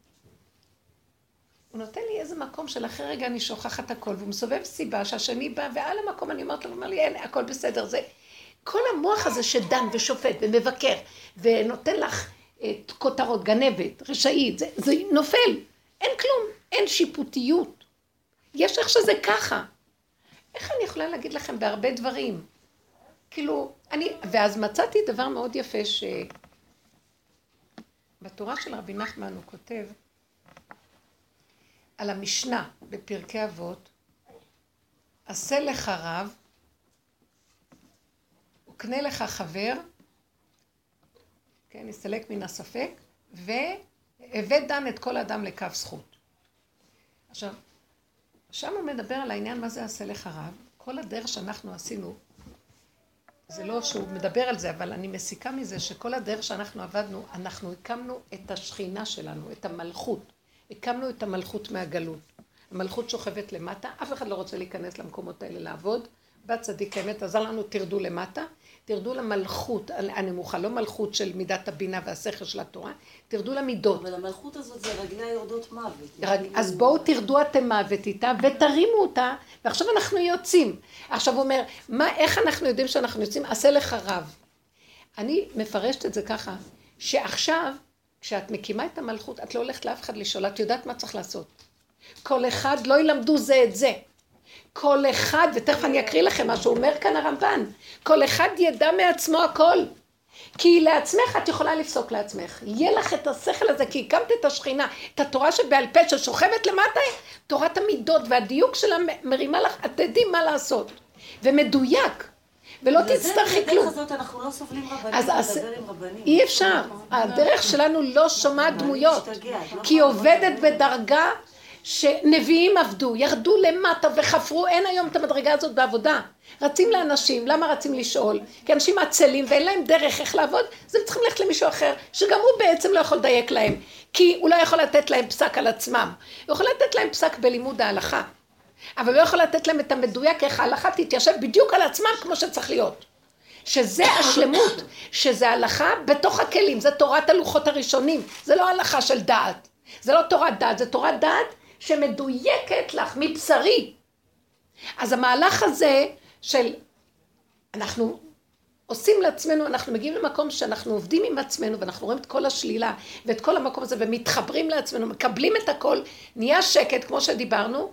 הוא נותן לי איזה מקום של אחרי רגע אני שוכחת הכל, והוא מסובב סיבה שהשני בא, ועל המקום אני אומרת לו, הוא אומר לי, אין, הכל בסדר, זה כל המוח הזה שדן ושופט ומבקר, ונותן לך כותרות, גנבת, רשאית, זה נופל, אין כלום, אין שיפוטיות. יש איך שזה ככה. איך אני יכולה להגיד לכם בהרבה דברים? כאילו, ואז מצאתי דבר מאוד יפה בתורה של רבי נחמן הוא כותב על המשנה בפרקי אבות, עשה לך רב, וקנה לך חבר, כן, נסתלק מן הספק, והבא דן את כל אדם לקו זכות. עכשיו, שם הוא מדבר על העניין מה זה עשה לך רב, כל הדרך שאנחנו עשינו, זה לא שהוא מדבר על זה, אבל אני מסיקה מזה שכל הדרך שאנחנו עבדנו, אנחנו הקמנו את השכינה שלנו, את המלכות. הקמנו את המלכות מהגלות. המלכות שוכבת למטה, אף אחד לא רוצה להיכנס למקומות האלה לעבוד. בצדיק האמת, עזר לנו, תרדו למטה, תרדו למלכות הנמוכה, לא מלכות של מידת הבינה והשכל של התורה, תרדו למידות. אבל המלכות הזאת זה רגלי יורדות מוות. אז בואו תרדו אתם מוות איתה ותרימו אותה, ועכשיו אנחנו יוצאים. עכשיו הוא אומר, איך אנחנו יודעים שאנחנו יוצאים? עשה לך רב. אני מפרשת את זה ככה, שעכשיו, כשאת מקימה את המלכות, את לא הולכת לאף אחד לשאול, את יודעת מה צריך לעשות. כל אחד לא ילמדו זה את זה. כל אחד, ותכף אני אקריא לכם מה שהוא אומר כאן הרמב"ן, כל אחד ידע מעצמו הכל. כי לעצמך את יכולה לפסוק לעצמך. יהיה לך את השכל הזה, כי הקמת את השכינה, את התורה שבעל פה ששוכבת למטה, תורת המידות והדיוק שלה מרימה לך, את תדעים מה לעשות. ומדויק. ולא תצטרכי כלום. בדרך הזאת אנחנו לא סובלים רבנים, נדבר עם רבנים. אי אפשר. הדרך שלנו לא שומעת דמויות. כי היא עובדת בדרגה שנביאים עבדו, ירדו למטה וחפרו, אין היום את המדרגה הזאת בעבודה. רצים לאנשים, למה רצים לשאול? כי אנשים עצלים ואין להם דרך איך לעבוד, אז הם צריכים ללכת למישהו אחר, שגם הוא בעצם לא יכול לדייק להם, כי הוא לא יכול לתת להם פסק על עצמם. הוא יכול לתת להם פסק בלימוד ההלכה, אבל לא יכול לתת להם את המדויק, איך ההלכה תתיישב בדיוק על עצמם כמו שצריך להיות. שזה השלמות, שזה הלכה בתוך הכלים, זה תורת הלוחות הראשונים, זה לא הלכה של דעת. זה לא תורת דעת, זה תורת דעת שמדויקת לך מבשרי. אז המהלך הזה של אנחנו עושים לעצמנו, אנחנו מגיעים למקום שאנחנו עובדים עם עצמנו ואנחנו רואים את כל השלילה ואת כל המקום הזה ומתחברים לעצמנו, מקבלים את הכל, נהיה שקט כמו שדיברנו,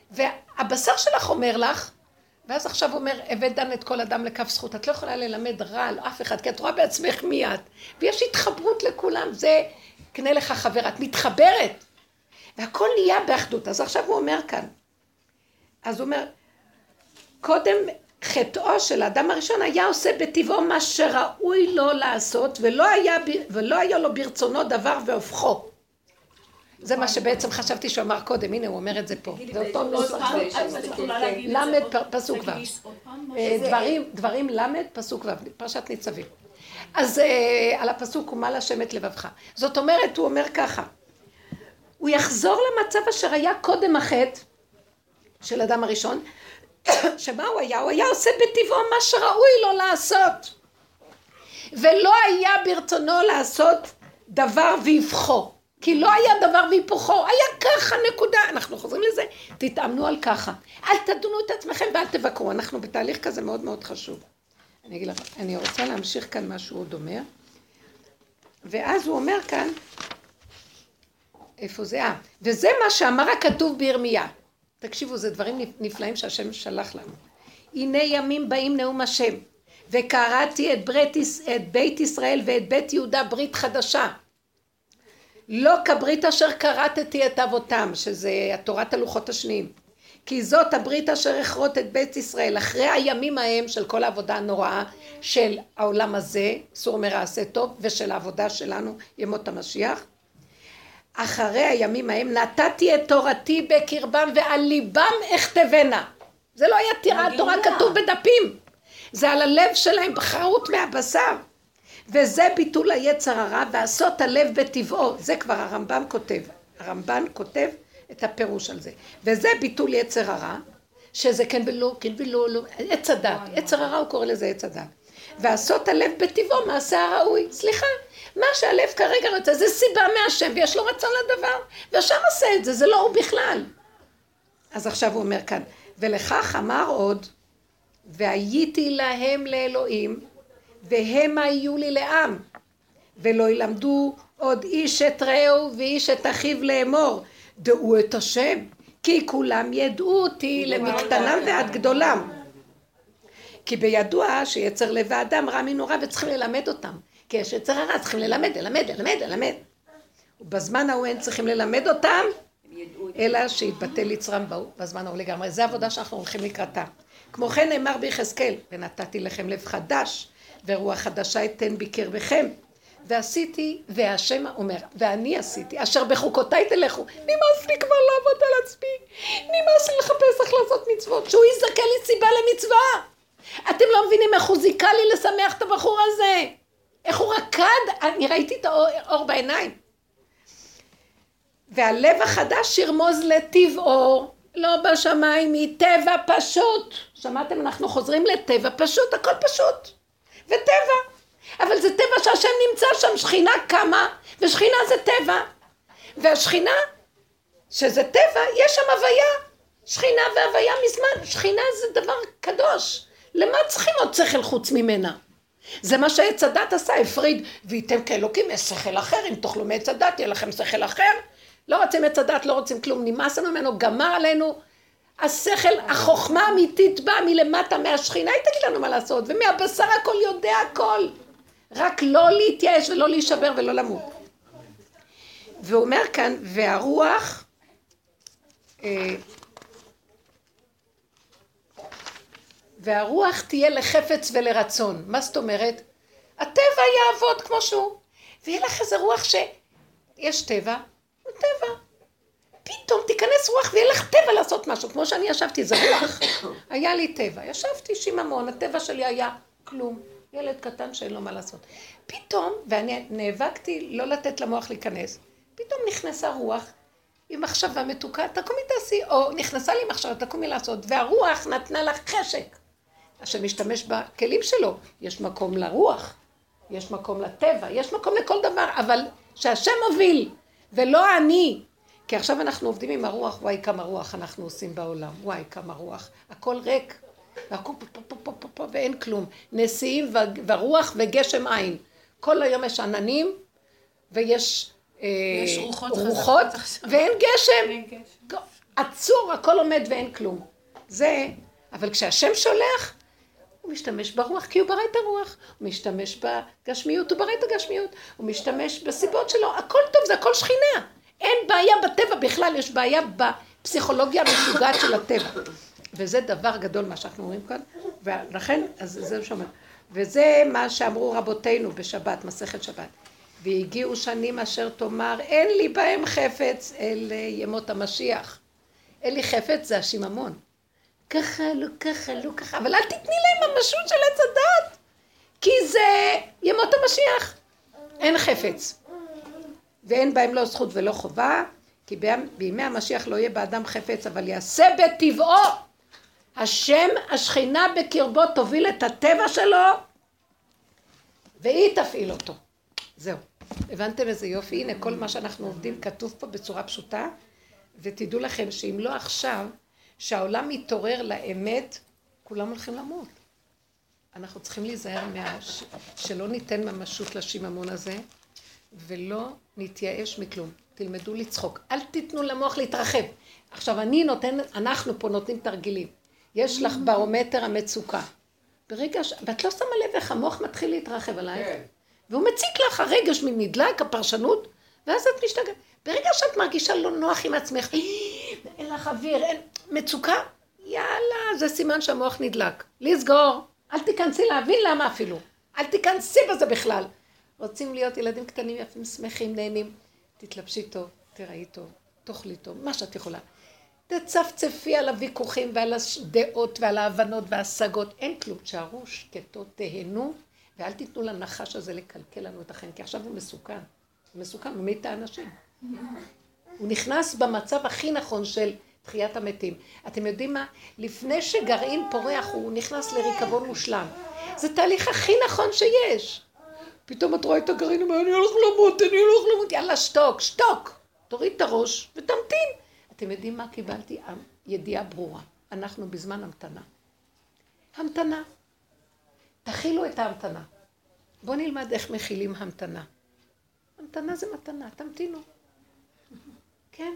והבשר שלך אומר לך, ואז עכשיו הוא אומר, הבא דן את כל אדם לקו זכות, את לא יכולה ללמד רע על אף אחד, כי את רואה בעצמך מיד, ויש התחברות לכולם, זה קנה לך חבר, את מתחברת, והכל נהיה באחדות. אז עכשיו הוא אומר כאן, אז הוא אומר, קודם חטאו של האדם הראשון היה עושה בטבעו מה שראוי לו לעשות, ולא היה לו ברצונו דבר והופכו. זה מה שבעצם חשבתי שהוא אמר קודם, הנה הוא אומר את זה פה. זה אותו נוסח. למד פסוק ו'. דברים למד פסוק ו', פרשת ניצבים. אז על הפסוק הוא מעל השם את לבבך. זאת אומרת, הוא אומר ככה, הוא יחזור למצב אשר היה קודם החטא של אדם הראשון, שמה הוא היה? הוא היה עושה בטבעו מה שראוי לו לעשות. ולא היה ברצונו לעשות דבר והפכו. כי לא היה דבר והיפוכו, היה ככה נקודה. אנחנו חוזרים לזה, תתאמנו על ככה. אל תדונו את עצמכם ואל תבקרו. אנחנו בתהליך כזה מאוד מאוד חשוב. אני אגיד לך, אני רוצה להמשיך כאן מה שהוא עוד אומר. ואז הוא אומר כאן, איפה זה? וזה מה שאמר הכתוב בירמיה. תקשיבו, זה דברים נפלאים שהשם שלח לנו. הנה ימים באים נאום השם, וקראתי את בית ישראל ואת בית יהודה ברית חדשה. לא כברית אשר קראתי את אבותם, שזה התורת הלוחות השניים. כי זאת הברית אשר אכרות את בית ישראל, אחרי הימים ההם של כל העבודה הנוראה של העולם הזה, סור מרע עשה טוב, ושל העבודה שלנו, ימות המשיח. אחרי הימים ההם נתתי את תורתי בקרבם ועל ליבם אכתבנה. זה לא היה תורה כתוב בדפים, זה על הלב שלהם בחרות מהבשר. וזה ביטול היצר הרע ועשות הלב בטבעו. זה כבר הרמב"ם כותב. הרמב"ן כותב את הפירוש על זה. וזה ביטול יצר הרע, שזה כן ולא, כן ולא, לא. עץ הדת. יצר הרע הוא קורא לזה עץ הדת. ועשות הלב בטבעו מעשה הראוי. סליחה, מה שהלב כרגע רוצה זה סיבה מהשם ויש לו רצון לדבר. והשם עושה את זה, זה לא הוא בכלל. אז עכשיו הוא אומר כאן, ולכך אמר עוד, והייתי להם לאלוהים, והם היו לי לעם, ולא ילמדו עוד איש את רעהו ואיש את אחיו לאמור, דעו את השם, כי כולם ידעו אותי למקטנם ועד גדולם. כי בידוע שיצר לב האדם רע מנורא וצריכים ללמד אותם, כי יש יצר הרע, צריכים ללמד. ובזמן ההוא אין צריכים ללמד אותם, אלא שיתבטל יצרם בזמן ההוא לגמרי. זה עבודה שאנחנו הולכים לקראתה. כמו כן נאמר ביחזקאל, ונתתי לכם לב חדש, ורוח חדשה אתן בקרבכם, ועשיתי, והשם אומר, ואני עשיתי, אשר בחוקותיי תלכו. נמאס לי כבר לעבוד על עצמי, נמאס לי לחפש איך לעשות מצוות, שהוא יזכה לי סיבה למצווה. אתם לא מבינים איך הוא זיכה לי לשמח את הבחור הזה, איך הוא רקד, אני ראיתי את האור בעיניים. והלב החדש ירמוז לטבעו, לא בשמיים, מטבע פשוט. שמעתם, אנחנו חוזרים לטבע פשוט, הכל פשוט. וטבע. אבל זה טבע שהשם נמצא שם, שכינה קמה, ושכינה זה טבע. והשכינה, שזה טבע, יש שם הוויה. שכינה והוויה מזמן. שכינה זה דבר קדוש. למה צריכים עוד שכל חוץ ממנה? זה מה שעץ הדת עשה, הפריד, וייתם כאלוקים, יש שכל אחר, אם תאכלו מעץ הדת, יהיה לכם שכל אחר. לא רוצים עץ הדת, לא רוצים כלום, נמאס לנו ממנו, גמר עלינו. השכל, החוכמה האמיתית באה מלמטה, מהשכינה, היא תגיד לנו מה לעשות, ומהבשר הכל יודע הכל. רק לא להתייאש ולא להישבר ולא למות. והוא אומר כאן, והרוח תהיה לחפץ ולרצון. מה זאת אומרת? הטבע יעבוד כמו שהוא. ויהיה לך איזה רוח שיש טבע, הוא טבע. פתאום תיכנס רוח ויהיה לך טבע לעשות משהו. כמו שאני ישבתי, זה רוח. היה לי טבע. ישבתי שיממון, הטבע שלי היה כלום. ילד קטן שאין לו מה לעשות. פתאום, ואני נאבקתי לא לתת למוח להיכנס, פתאום נכנסה רוח עם מחשבה מתוקה, תקומי תעשי, או נכנסה לי מחשבה, תקומי לעשות, והרוח נתנה לך חשק. השם משתמש בכלים שלו, יש מקום לרוח, יש מקום לטבע, יש מקום לכל דבר, אבל שהשם מוביל, ולא אני. כי עכשיו אנחנו עובדים עם הרוח, וואי כמה רוח אנחנו עושים בעולם, וואי כמה רוח, הכל ריק, והכל פה ואין כלום, נשיאים ורוח וגשם עין. כל היום יש עננים ויש רוחות ואין גשם. עצור, הכל עומד ואין כלום. זה, אבל כשהשם שולח, הוא משתמש ברוח, כי הוא ברא את הרוח. הוא משתמש בגשמיות, הוא ברא את הגשמיות. הוא משתמש בסיבות שלו, הכל טוב, זה הכל שכינה. אין בעיה בטבע בכלל, יש בעיה בפסיכולוגיה המשוגעת של הטבע. וזה דבר גדול מה שאנחנו אומרים כאן, ולכן, אז זה שאומר. וזה מה שאמרו רבותינו בשבת, מסכת שבת. והגיעו שנים אשר תאמר, אין לי בהם חפץ אל ימות המשיח. אין לי חפץ, זה השיממון. ככה, לא ככה, לא ככה, אבל אל תתני להם ממשות של עץ הדת, כי זה ימות המשיח. אין חפץ. ואין בהם לא זכות ולא חובה, כי בימי המשיח לא יהיה באדם חפץ, אבל יעשה בטבעו. השם, השכינה בקרבו תוביל את הטבע שלו, והיא תפעיל אותו. זהו. הבנתם איזה יופי? הנה, כל מה שאנחנו עובדים כתוב פה בצורה פשוטה, ותדעו לכם שאם לא עכשיו, שהעולם מתעורר לאמת, כולם הולכים למות. אנחנו צריכים להיזהר שלא ניתן ממשות לשיממון הזה, ולא נתייאש מכלום. תלמדו לצחוק. אל תיתנו למוח להתרחב. עכשיו, אנחנו פה נותנים תרגילים. יש לך ברומטר המצוקה. ברגע ואת לא שמה לב איך המוח מתחיל להתרחב עלייך. כן. והוא מציק לך, הרגש נדלק, הפרשנות, ואז את משתגעת. ברגע שאת מרגישה לא נוח עם עצמך, אין לך אוויר, אין מצוקה, יאללה, זה סימן שהמוח נדלק. לסגור, אל תיכנסי להבין למה אפילו. אל תיכנסי בזה בכלל. רוצים להיות ילדים קטנים יפים, שמחים, נהנים. תתלבשי טוב, תראי טוב, תאכלי טוב, מה שאת יכולה. תצפצפי על הוויכוחים ועל הדעות ועל ההבנות וההשגות. אין כלום, תשארו שקטות, תהנו, ואל תיתנו לנחש הזה לקלקל לנו את החיים, כי עכשיו הוא מסוכן. הוא מסוכן, הוא מת האנשים. הוא נכנס במצב הכי נכון של תחיית המתים. אתם יודעים מה? לפני שגרעין פורח, הוא נכנס לריקבון מושלם. זה תהליך הכי נכון שיש. פתאום את רואה את הגרעין, אני הולך למות, יאללה, שתוק, שתוק. תוריד את הראש ותמתין. אתם יודעים מה קיבלתי? ידיעה ברורה. אנחנו בזמן המתנה. המתנה. תכילו את ההמתנה. בואו נלמד איך מכילים המתנה. המתנה זה מתנה, תמתינו. כן?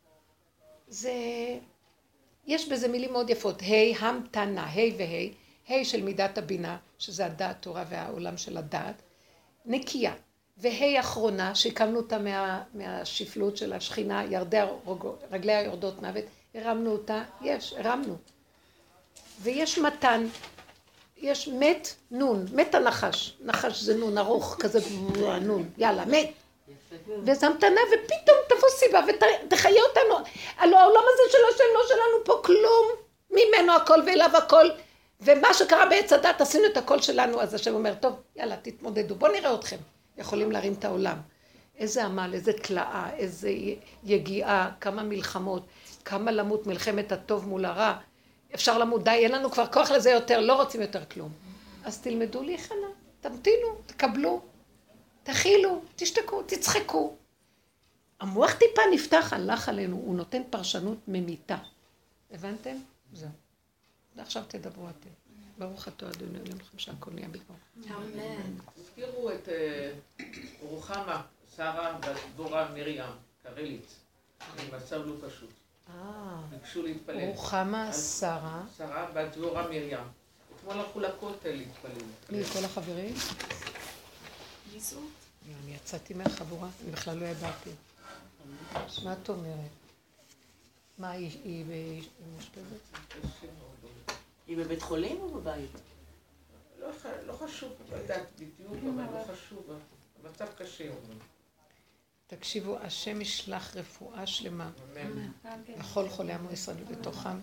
יש בזה מילים מאוד יפות. המתנה, והי של מידת הבינה, שזה הדעת, תורה והעולם של הדעת. נקייה. אחרונה, שהקמנו אותה מהשפלות של השכינה, רגליה יורדות מוות, הרמנו אותה, הרמנו. ויש מתן, יש מת, נון, מת הנחש, נחש זה נון ארוך, כזה נון, יאללה, מת. וזה המתנה, ופתאום תבוא סיבה ותחיה אותנו. הלוא העולם הזה של השם לא שלנו פה כלום, ממנו הכל ואליו הכל, ומה שקרה בעץ הדת, עשינו את הכל שלנו, אז השם אומר, טוב, יאללה, תתמודדו, בואו נראה אתכם. יכולים להרים את העולם. איזה עמל, איזה תלאה, איזה יגיעה, כמה מלחמות, כמה למות מלחמת הטוב מול הרע. אפשר למות, די, אין לנו כבר כוח לזה יותר, לא רוצים יותר כלום. אז תלמדו להיכנע, תמתינו, תקבלו, תכילו, תשתקו, תצחקו. המוח טיפה נפתח, הלך עלינו, הוא נותן פרשנות ממיתה. הבנתם? זהו. ועכשיו תדברו אתם. ברוך אתה אדוני אלוהים שהכל נהיה בדברו. אמן. הזכירו את רוחמה, שרה ודבורה מרים, קרליץ. במצב לא פשוט. ביקשו להתפלל. רוחמה, שרה. שרה ודבורה מרים. אתמול הלכו לכותל להתפלל. מי, כל החברים? מי זאת? אני יצאתי מהחבורה, אני בכלל לא ידעתי. מה את אומרת? מה, היא מאושפזת? היא בבית חולים או בבית? לא חשוב, לא יודעת בדיוק, אבל לא חשוב. המצב קשה אומרים. תקשיבו, השם ישלח רפואה שלמה. לכל חולי עמו ישראל בתוכם.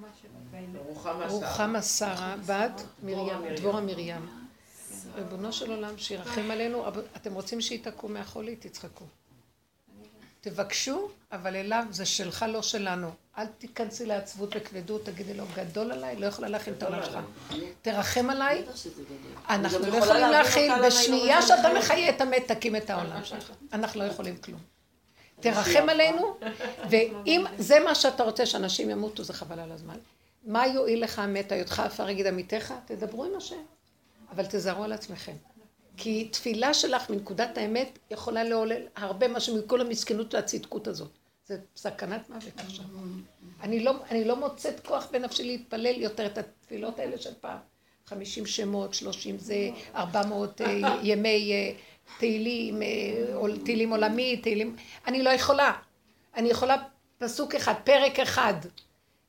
רוחמה שרה, בת דבורה מרים. ריבונו של עולם, שירחם עלינו. אתם רוצים שהיא תקום מהחולי, תצחקו. תבקשו, אבל אליו זה שלך, לא שלנו. אל תיכנסי לעצבות וכבדות, תגידי לו, גדול עליי, לא יכולה להכין את העולם שלך. תרחם עליי. אנחנו לא יכולים להכיל, בשנייה שאתה מחיה את המת, תקים את העולם שלך. אנחנו לא יכולים כלום. תרחם עלינו, ואם זה מה שאתה רוצה שאנשים ימותו, זה חבל על הזמן. מה יועיל לך המת, היותך עפר יגיד עמיתך? תדברו עם השם, אבל תזהרו על עצמכם. כי תפילה שלך מנקודת האמת יכולה לעולל הרבה משהו מכל המסכנות והצדקות הזאת. זה סכנת מוות עכשיו. אני לא מוצאת כוח בנפשי להתפלל יותר את התפילות האלה של פעם. 50 שמות, 30 זה, 400 ימי תהילים, תהילים עולמי, תהילים... אני לא יכולה. אני יכולה פסוק אחד, פרק אחד.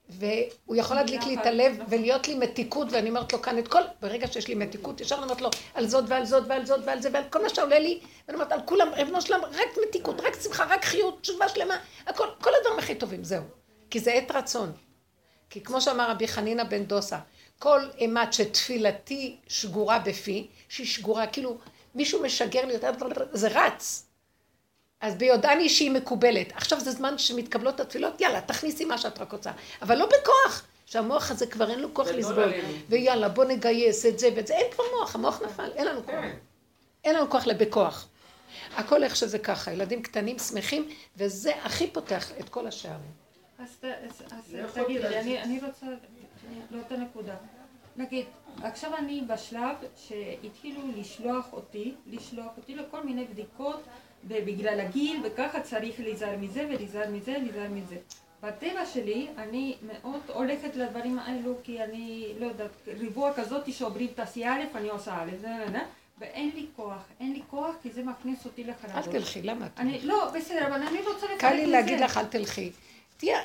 והוא יכול להדליק לי את הלב ולהיות לי מתיקות, ואני אומרת לו כאן את כל, ברגע שיש לי מתיקות, ישר אני אומרת לו על זאת ועל זאת ועל זאת ועל זה ועל כל מה שעולה לי, ואני אומרת על כולם, רבנו שלם, רק מתיקות, רק שמחה, רק חיות, תשובה שלמה, הכל, כל הדברים הכי טובים, זהו. כי זה עת רצון. כי כמו שאמר רבי חנינא בן דוסה, כל אימת שתפילתי שגורה בפי, שהיא שגורה, כאילו מישהו משגר לי יותר, זה רץ. אז ביודעני שהיא מקובלת. עכשיו זה זמן שמתקבלות התפילות, יאללה, תכניסי מה שאת רק רוצה. אבל לא בכוח, שהמוח הזה כבר אין לו כוח לסבול. ויאללה, בוא נגייס את זה ואת זה. אין כבר מוח, המוח נפל, אין לנו כוח. אין לנו כוח לבכוח. הכל איך שזה ככה, ילדים קטנים שמחים, וזה הכי פותח את כל השערים. אז תגידי, אני רוצה לאותה נקודה. נגיד, עכשיו אני בשלב שהתחילו לשלוח אותי לכל מיני בדיקות, ובגלל הגיל, וככה צריך להיזהר מזה ולהיזהר מזה. בטבע שלי, אני מאוד הולכת לדברים האלו, כי אני, לא יודעת, ריבוע כזאת שעוברים תעשייה א', אני עושה א', ואין לי כוח, כי זה מכניס אותי לחרדות. אל תלכי, למה את? לא, בסדר, אבל אני רוצה לפרק קל לי להגיד לך, אל תלכי. תהיה,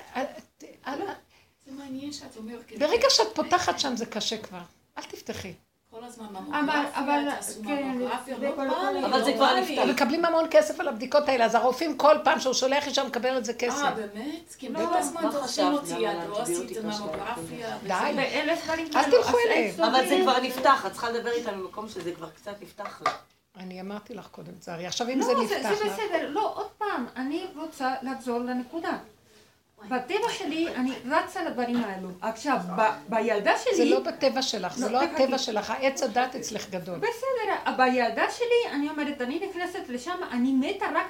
זה מעניין שאת אומרת. ברגע שאת פותחת שם זה קשה כבר. אל תפתחי. כל הזמן ממוגרפיה, תעשו ממוגרפיה, לא בא לי. אבל זה כבר נפתח. מקבלים המון כסף על הבדיקות האלה, אז הרופאים כל פעם שהוא שולח אישה מקבל את זה כסף. באמת? כי כל הזמן דורשים אותי, את לא עשית ממוגרפיה. די, אז תלכו אליהם. אבל זה כבר נפתח, את צריכה לדבר איתה במקום שזה כבר קצת נפתח לה. אני אמרתי לך קודם, צערי, עכשיו אם זה לא, נפתח זה לך. בסדר, לא, עוד פעם, אני רוצה לחזור לנקודה. בטבע שלי אני רצה לדברים האלו. עכשיו, בילדה שלי... זה לא בטבע שלך, זה לא הטבע שלך, העץ הדת אצלך גדול. בסדר, בילדה שלי, אני אומרת, אני נכנסת לשם, אני מתה רק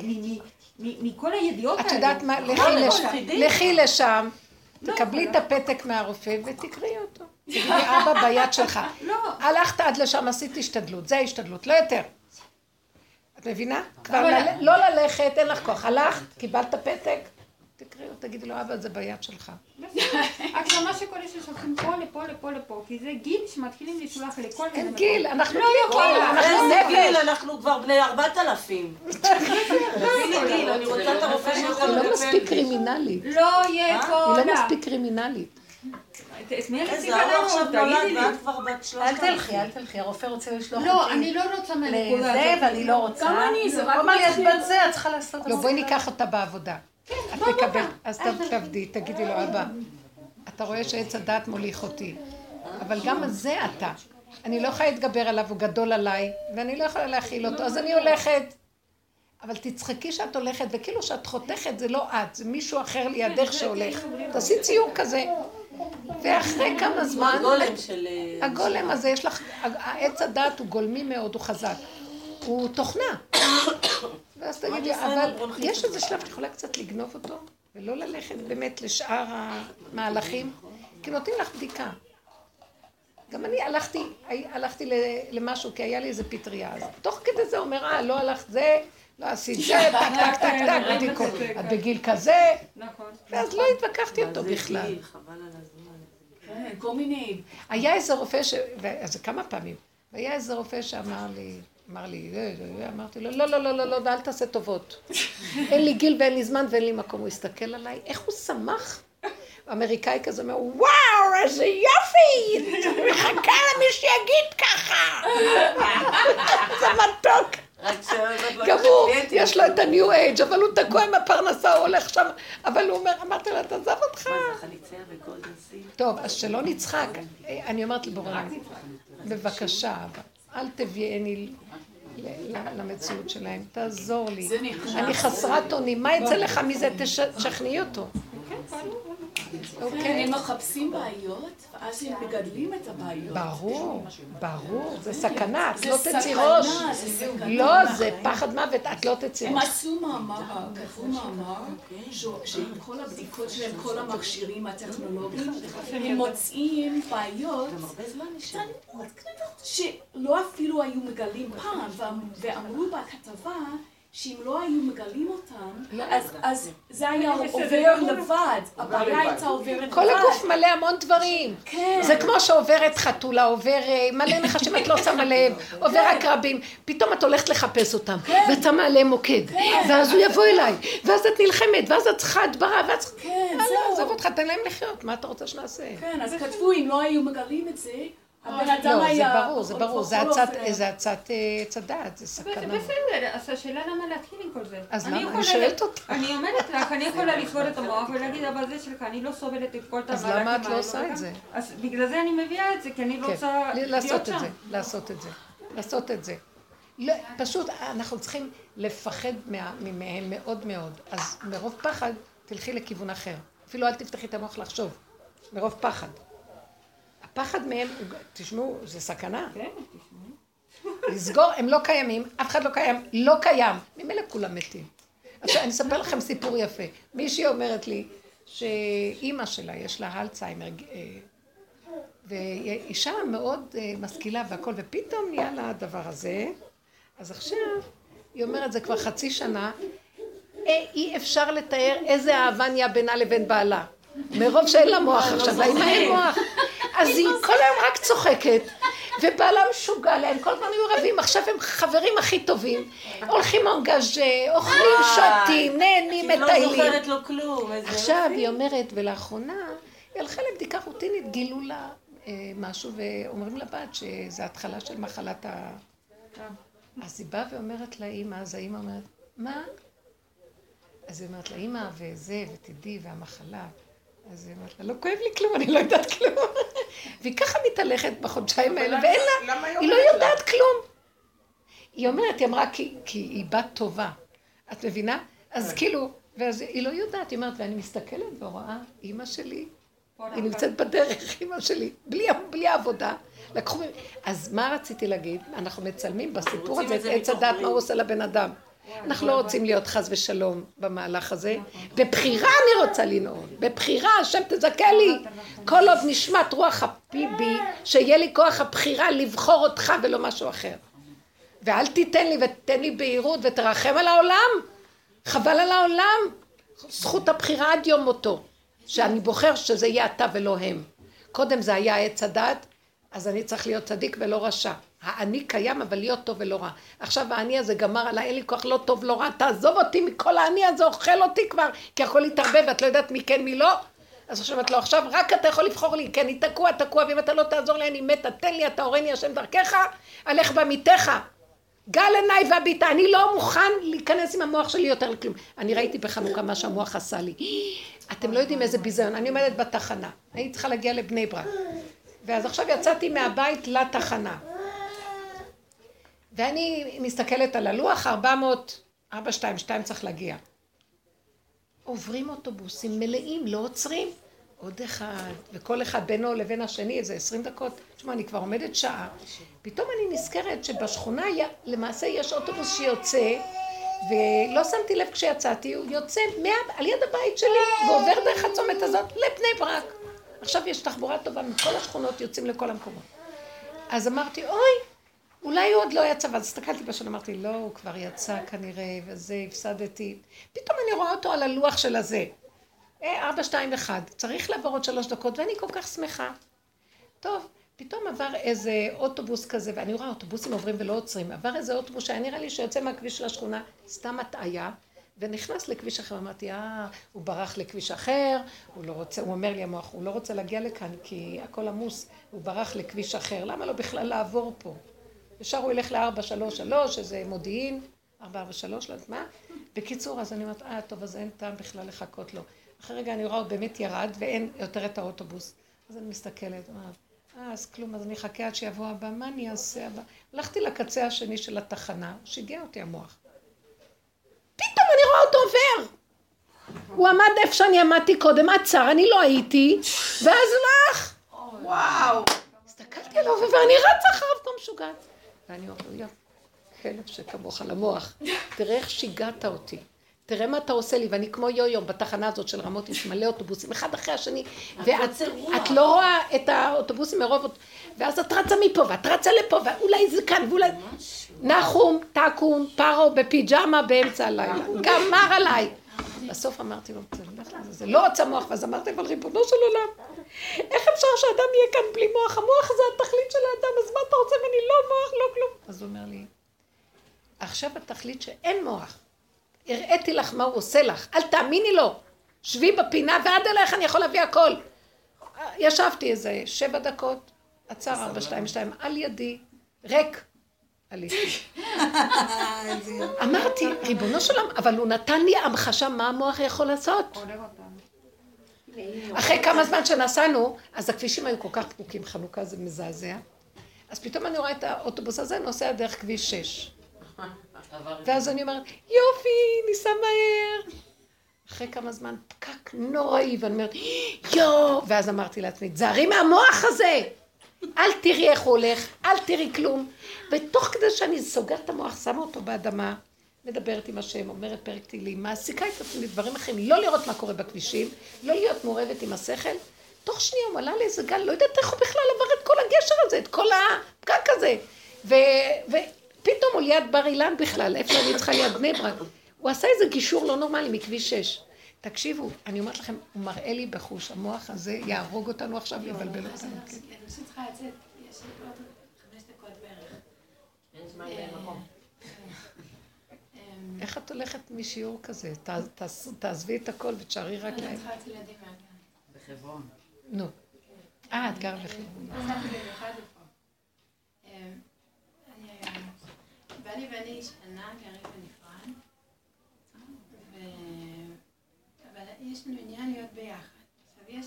מכל הידיעות האלו. את יודעת מה, לכי לשם, תקבלי את הפתק מהרופא ותקראי אותו. תגידי, אבא ביד שלך. הלכת עד לשם, עשית השתדלות, זה ההשתדלות, לא יותר. את מבינה? כבר לא ללכת, אין לך כוח. הלכת, קיבלת פתק. תקראי, תגידי לו, אבא, זה ביד שלך. עכשיו, מה שקורה ששולחים לפה, כי זה גיל שמתחילים לשלוח לכל... אין גיל, אנחנו לא יכולים, איזה גיל, אנחנו כבר בני 4,000. תביני גיל, אני רוצה את הרופא שלך. היא לא מספיק קרימינלית. לא יכולה. היא לא מספיק קרימינלית. איזה אור עכשיו נולד, ואת כבר בת 3,000. אל תלכי, הרופא רוצה לשלוח אותי. לא, אני לא רוצה מהנקודה לזה, ואני לא רוצה. גם אני, זה רק הוא אמר לי, את בת זה, את צריכה לעשות את זה. לא, בואי ניקח אותה בעבודה. את תקבל, אז תעבדי, תגידי לו, אבא, אתה רואה שעץ הדעת מוליך אותי, אבל גם זה אתה. אני לא יכולה להתגבר עליו, הוא גדול עליי, ואני לא יכולה להכיל אותו, אז אני הולכת. אבל תצחקי שאת הולכת, וכאילו שאת חותכת, זה לא את, זה מישהו אחר לידך שהולך. תעשי ציור כזה. ואחרי כמה זמן... הגולם של... הגולם הזה, יש לך... העץ הדעת הוא גולמי מאוד, הוא חזק. הוא תוכנה. ואז תגידי, אבל יש איזה שלב שיכולה קצת לגנוב אותו, ולא ללכת באמת לשאר המהלכים, כי נותנים לך בדיקה. גם אני הלכתי למשהו, כי היה לי איזה פטריה, אז תוך כדי זה אומר, לא הלכת זה, לא עשית זה, טק, בדיקות. את בגיל כזה, ואז לא התווכחתי אותו בכלל. כן, כל מיני. היה איזה רופא, זה כמה פעמים, והיה איזה רופא שאמר לי, אמרתי לו, לא, ואל תעשה טובות. אין לי גיל ואין לי זמן ואין לי מקום. הוא הסתכל עליי, איך הוא שמח? האמריקאי כזה אומר, וואו, איזה יופי! מחכה למי שיגיד ככה! זה מתוק. גם הוא, יש לו את ה-new age, אבל הוא תקוע עם הפרנסה, הוא הולך שם, אבל הוא אומר, אמרתי לו, תעזב אותך. מה זה, חליציה וגולדן סי? טוב, אז שלא נצחק. אני אומרת לבורא, בבקשה, אל תביאני למציאות שלהם, תעזור לי. אני חסרת אונים, מה יצא לך מזה? תשכנעי אותו. הם מחפשים בעיות, ואז הם מגדלים את הבעיות. ברור, זה סכנה, את לא תצאי ראש. לא, זה פחד מוות, את לא תצאי הם ראש. עשו מאמר, שעם כל הבדיקות שלהם, כל המכשירים הטכנולוגיים, הם מוצאים בעיות שלא אפילו היו מגלים פעם, ואמרו בכתבה שאם לא היו מגלים אותם, אז זה היה עובר לבד, הבעיה הייתה עוברת לבד. כל הגוף מלא המון דברים. זה כמו שעוברת חתולה, עובר מלא נחשים, את לא שמה לב, עובר עקרבים, פתאום את הולכת לחפש אותם, ואת שמה עליהם מוקד, ואז הוא יבוא אליי, ואז את נלחמת, ואז את צריכה הדברה, ואז... עזוב אותך, תן להם לחיות, מה אתה רוצה שנעשה? כן, אז כתבו, אם לא היו מגלים את זה, הבן אדם לא, היה... זה ברור, זה הצעת צדד, זה סכנה. בסדר, אז השאלה למה להתחיל עם כל זה? אז למה? אני שואלת אותך. אני אומרת לך, אני יכולה לסבור את המוח ולהגיד, אבל זה שלך, אני לא סובלת את כל אז למה את לא עושה את זה? אז בגלל זה אני מביאה את זה, כי אני רוצה להיות שם. לעשות את זה. פשוט אנחנו צריכים לפחד מהם מאוד מאוד. אז מרוב פחד תלכי לכיוון אחר. אפילו אל תפתחי את המוח לחשוב. מרוב פחד. הפחד מהם, תשמעו, זה סכנה. כן, תשמעו. לסגור, הם לא קיימים, אף אחד לא קיים. ממילא כולם מתים. עכשיו, אני אספר לכם סיפור יפה. מישהי אומרת לי שאימא שלה, יש לה אלצהיימר, ואישה מאוד משכילה והכל, ופתאום נהיה לה הדבר הזה. אז עכשיו, היא אומרת, זה כבר חצי שנה, אי אפשר לתאר איזה אהבה נהיה בינה לבין בעלה. מרוב שאין לה מוח עכשיו, לאמא אין מוח. אז היא כל היום רק צוחקת, ובעלה משוגע להם, כל הזמן היו רבים, עכשיו הם חברים הכי טובים, הולכים אנגאז'ה, אוכלים, שותים, נהנים, מטיילים. היא לא זוכרת לו כלום. עכשיו היא אומרת, ולאחרונה, היא הלכה לבדיקה רוטינית, גילו לה משהו, ואומרים לבת שזה התחלה של מחלת ה... אז היא באה ואומרת לאמא, אז האמא אומרת, מה? אז היא אומרת לאמא, וזה, ותדעי, והמחלה. אז היא אומרת לה, לא כואב לי כלום, אני לא יודעת כלום. והיא ככה מתהלכת בחודשיים האלה, ואין לה, היא לא יודעת כלום. היא אומרת, היא אמרה, כי היא בת טובה. את מבינה? אז כאילו, ואז היא לא יודעת, היא אומרת, ואני מסתכלת ורואה, אמא שלי, היא נמצאת בדרך, אמא שלי, בלי העבודה. לקחו... אז מה רציתי להגיד? אנחנו מצלמים בסיפור הזה את עץ הדת, מה הוא עושה לבן אדם. אנחנו לא רוצים להיות חס ושלום במהלך הזה. בבחירה אני רוצה לנעול. בבחירה, השם תזכה לי. כל עוד נשמת רוח הפיבי, שיהיה לי כוח הבחירה לבחור אותך ולא משהו אחר. ואל תיתן לי ותתן לי בהירות ותרחם על העולם. חבל על העולם. זכות הבחירה עד יום מותו. שאני בוחר שזה יהיה אתה ולא הם. קודם זה היה עץ הדת, אז אני צריך להיות צדיק ולא רשע. האני קיים, אבל להיות טוב ולא רע. עכשיו האני הזה גמר עליי, אין לי כוח לא טוב, לא רע, תעזוב אותי מכל האני הזה, אוכל אותי כבר, כי הכל יתערבב, ואת לא יודעת מי כן, מי לא. אז עכשיו את לא, עכשיו רק אתה יכול לבחור לי, כן, היא תקוע, ואם אתה לא תעזור לי, אני מתה, תן לי, אתה הורני השם דרכך, הלך במיתך. גל עיניי והביטה, אני לא מוכן להיכנס עם המוח שלי יותר לכלום. אני ראיתי בחנוכה מה שהמוח עשה לי. אתם לא יודעים איזה ביזיון, אני עומדת בתחנה, הייתי צריכה להגיע לבני ברק. ואז עכשיו יצאתי מהבית לתחנה. ואני מסתכלת על הלוח, 422 צריך להגיע. עוברים אוטובוסים מלאים, לא עוצרים. עוד אחד, וכל אחד בינו לבין השני, איזה 20 דקות. תשמע, אני כבר עומדת שעה. פתאום אני נזכרת שבשכונה למעשה יש אוטובוס שיוצא, ולא שמתי לב כשיצאתי, הוא יוצא על יד הבית שלי, ועובר דרך הצומת הזאת לבני ברק. עכשיו יש תחבורה טובה, מכל השכונות יוצאים לכל המקומות. אז אמרתי, אוי, אולי הוא עוד לא יצא, ואז הסתכלתי בשנה, אמרתי, לא, הוא כבר יצא כנראה, וזה, הפסדתי. פתאום אני רואה אותו על הלוח של הזה. 421, צריך לעבור עוד 3 דקות, ואני כל כך שמחה. טוב, פתאום עבר איזה אוטובוס כזה, ואני רואה אוטובוסים עוברים ולא עוצרים, עבר איזה אוטובוס שהיה נראה לי שיוצא מהכביש של השכונה, סתם הטעיה, ונכנס לכביש אחר, אמרתי, הוא ברח לכביש אחר, הוא לא רוצה, הוא אומר לי המוח, הוא לא רוצה להגיע לכאן, כי הכל עמוס, הוא ברח לכביש אחר, למה לא בכלל לעבור פה? ישר הוא ילך ל-433, שזה מודיעין, 443, לא יודעת מה. בקיצור, אז אני אומרת, טוב, אז אין טעם בכלל לחכות לו. אחרי רגע אני רואה, הוא באמת ירד, ואין יותר את האוטובוס. אז אני מסתכלת, אז כלום, אז אני אחכה עד שיבוא הבא, מה אני אעשה הבא? הלכתי לקצה השני של התחנה, שיגע אותי המוח. פתאום אני רואה אותו עובר. הוא עמד איפה שאני עמדתי קודם, עצר, אני לא הייתי, ואז הלך. וואו. הסתכלתי עליו, ואני רצה אחריו כמו משוגעת. ואני אומרת לו, כלב שכמוך למוח, תראה איך שיגעת אותי. תראה מה אתה עושה לי, ואני כמו יו-יום בתחנה הזאת של רמות, יש מלא אוטובוסים, אחד אחרי השני, ואת לא רואה את האוטובוסים מרוב, ואז את רצה מפה, ואת רצה לפה, ואולי זה כאן, ואולי... נחום, תקום, פרו, בפיג'מה באמצע הלילה, גמר עליי. בסוף אמרתי לו, זה לא רוצה מוח, ואז אמרתי, אבל ריבונו של עולם, איך אפשר שאדם יהיה כאן בלי מוח? המוח זה התכלית של האדם, אז מה אתה רוצה ממני? לא מוח, לא כלום. אז הוא אומר לי, עכשיו התכלית שאין מוח. הראיתי לך מה הוא עושה לך, אל תאמיני לו. שבי בפינה ועד אליך אני יכול להביא הכל. ישבתי איזה 7 דקות, עצר 422 על ידי, ריק. עליתי. אמרתי, ריבונו של עולם, אבל הוא נתן לי המחשה מה המוח יכול לעשות. אחרי כמה זמן שנסענו, אז הכבישים היו כל כך פקוקים, חנוכה זה מזעזע. אז פתאום אני רואה את האוטובוס הזה נוסע דרך כביש 6. ואז אני אומרת, יופי, ניסע מהר. אחרי כמה זמן פקק נוראי, ואני אומרת, יו! ואז אמרתי לעצמי, תזהרי מהמוח הזה! אל תראי איך הוא הולך, אל תראי כלום. ותוך כדי שאני סוגרת את המוח, שמה אותו באדמה, מדברת עם השם, אומרת פרק תהילים, מעסיקה את עצמי דברים אחרים, לא לראות מה קורה בכבישים, לא להיות מעורבת עם השכל. תוך שנייה הוא עלה לאיזה גל, לא יודעת איך הוא בכלל עבר את כל הגשר הזה, את כל הפקק הזה. ופתאום הוא ליד בר אילן בכלל, איפה שאני צריכה ליד בני ברק. הוא עשה איזה גישור לא נורמלי מכביש 6. תקשיבו, אני אומרת לכם, הוא מראה לי בחוש, המוח הזה יהרוג אותנו עכשיו, יבלבל אותנו. אני חושבת צריכה לצאת, יש עוד 5 דקות בערך. אין זמן ואין מקום. איך את הולכת משיעור כזה? תעזבי את הכל ותשארי רק להם. אני צריכה לצאת ילדים מהגן. בחברון. נו. את גרה בחברון. נסעתי במיוחד לפה. בעלי ואני שנה גרים בנפרד. אבל יש לנו עניין להיות ביחד. עכשיו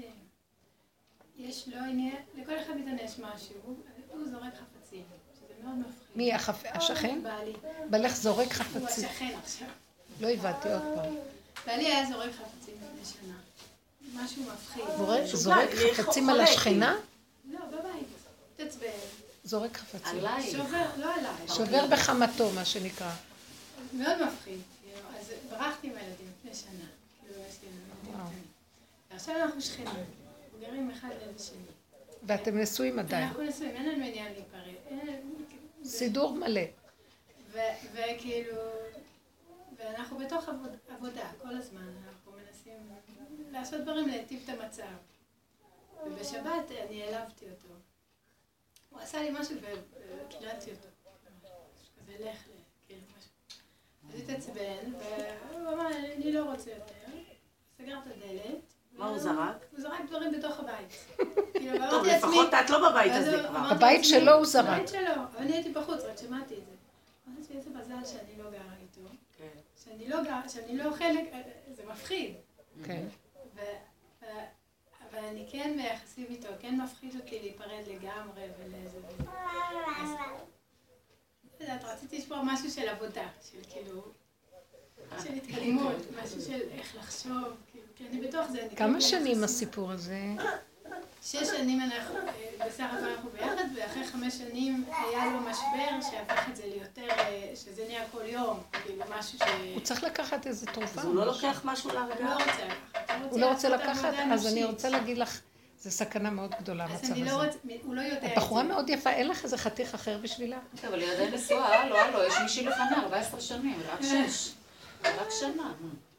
יש לו עניין, לכל אחד מאיתנו יש משהו, הוא זורק חפצים, שזה מאוד מפחיד. מי, השכן? בעלי. בלך זורק הוא חפצים. השכן עכשיו. לא הבאתי עוד פעם. בעלי היה זורק חפצים לפני שנה. משהו מפחיד. זורק חפצים על השכנה? לא, בבית. תצבן. זורק חפצים. עליי. שובר, לא עליי. שובר בחמתו, מה שנקרא. מאוד מפחיד. אז ברחתי עם הילדים לפני שנה. כאילו, יש לי ילדים קטנים. ועכשיו אנחנו שכנים. גרים אחד ליד השני. ואתם נשואים עדיין. אנחנו נשואים, אין לנו עניין להיפרד. סידור מלא. וכאילו, ואנחנו בתוך עבודה כל הזמן. אנחנו מנסים לעשות דברים להיטיב את המצב. ובשבת אני העלבתי אותו. הוא עשה לי משהו וקיללתי אותו. כזה לך, כאילו משהו. אז התעצבן, והוא אמר, אני לא רוצה יותר. סגר את הדלת. מה הוא זרק? הוא זרק דברים בתוך הבית. טוב, לפחות את לא בבית הזה כבר. בבית שלו הוא זרק. בבית שלו, אבל אני הייתי בחוץ, רק שמעתי את זה. אמרתי איזה מזל שאני לא גרה איתו. שאני לא חלק, זה מפחיד. כן. אבל אני כן ביחסים איתו, כן מפחיד אותי להיפרד לגמרי ולאיזה... אז רציתי לשמור משהו של עבודה, של כאילו... של התקדמות, משהו של איך לחשוב, כי אני בתוך זה... כמה שנים הסיפור הזה? 6 שנים אנחנו, בסך הכל אנחנו ביחד, ואחרי 5 שנים היה לו משבר שהפך את זה ליותר, שזה נהיה כל יום, כאילו משהו ש... הוא צריך לקחת איזה תרופה. אז הוא לא לוקח משהו להרגעה? הוא לא רוצה לקחת. הוא לא רוצה לקחת, אז אני רוצה להגיד לך, זו סכנה מאוד גדולה, המצב הזה. הוא לא יודע את זה. את בחורה מאוד יפה, אין לך איזה חתיך אחר בשבילה? אבל ילדי נשואה, הלו, יש מישהי לפניה, 14 שנים, רק 6. רק שנה.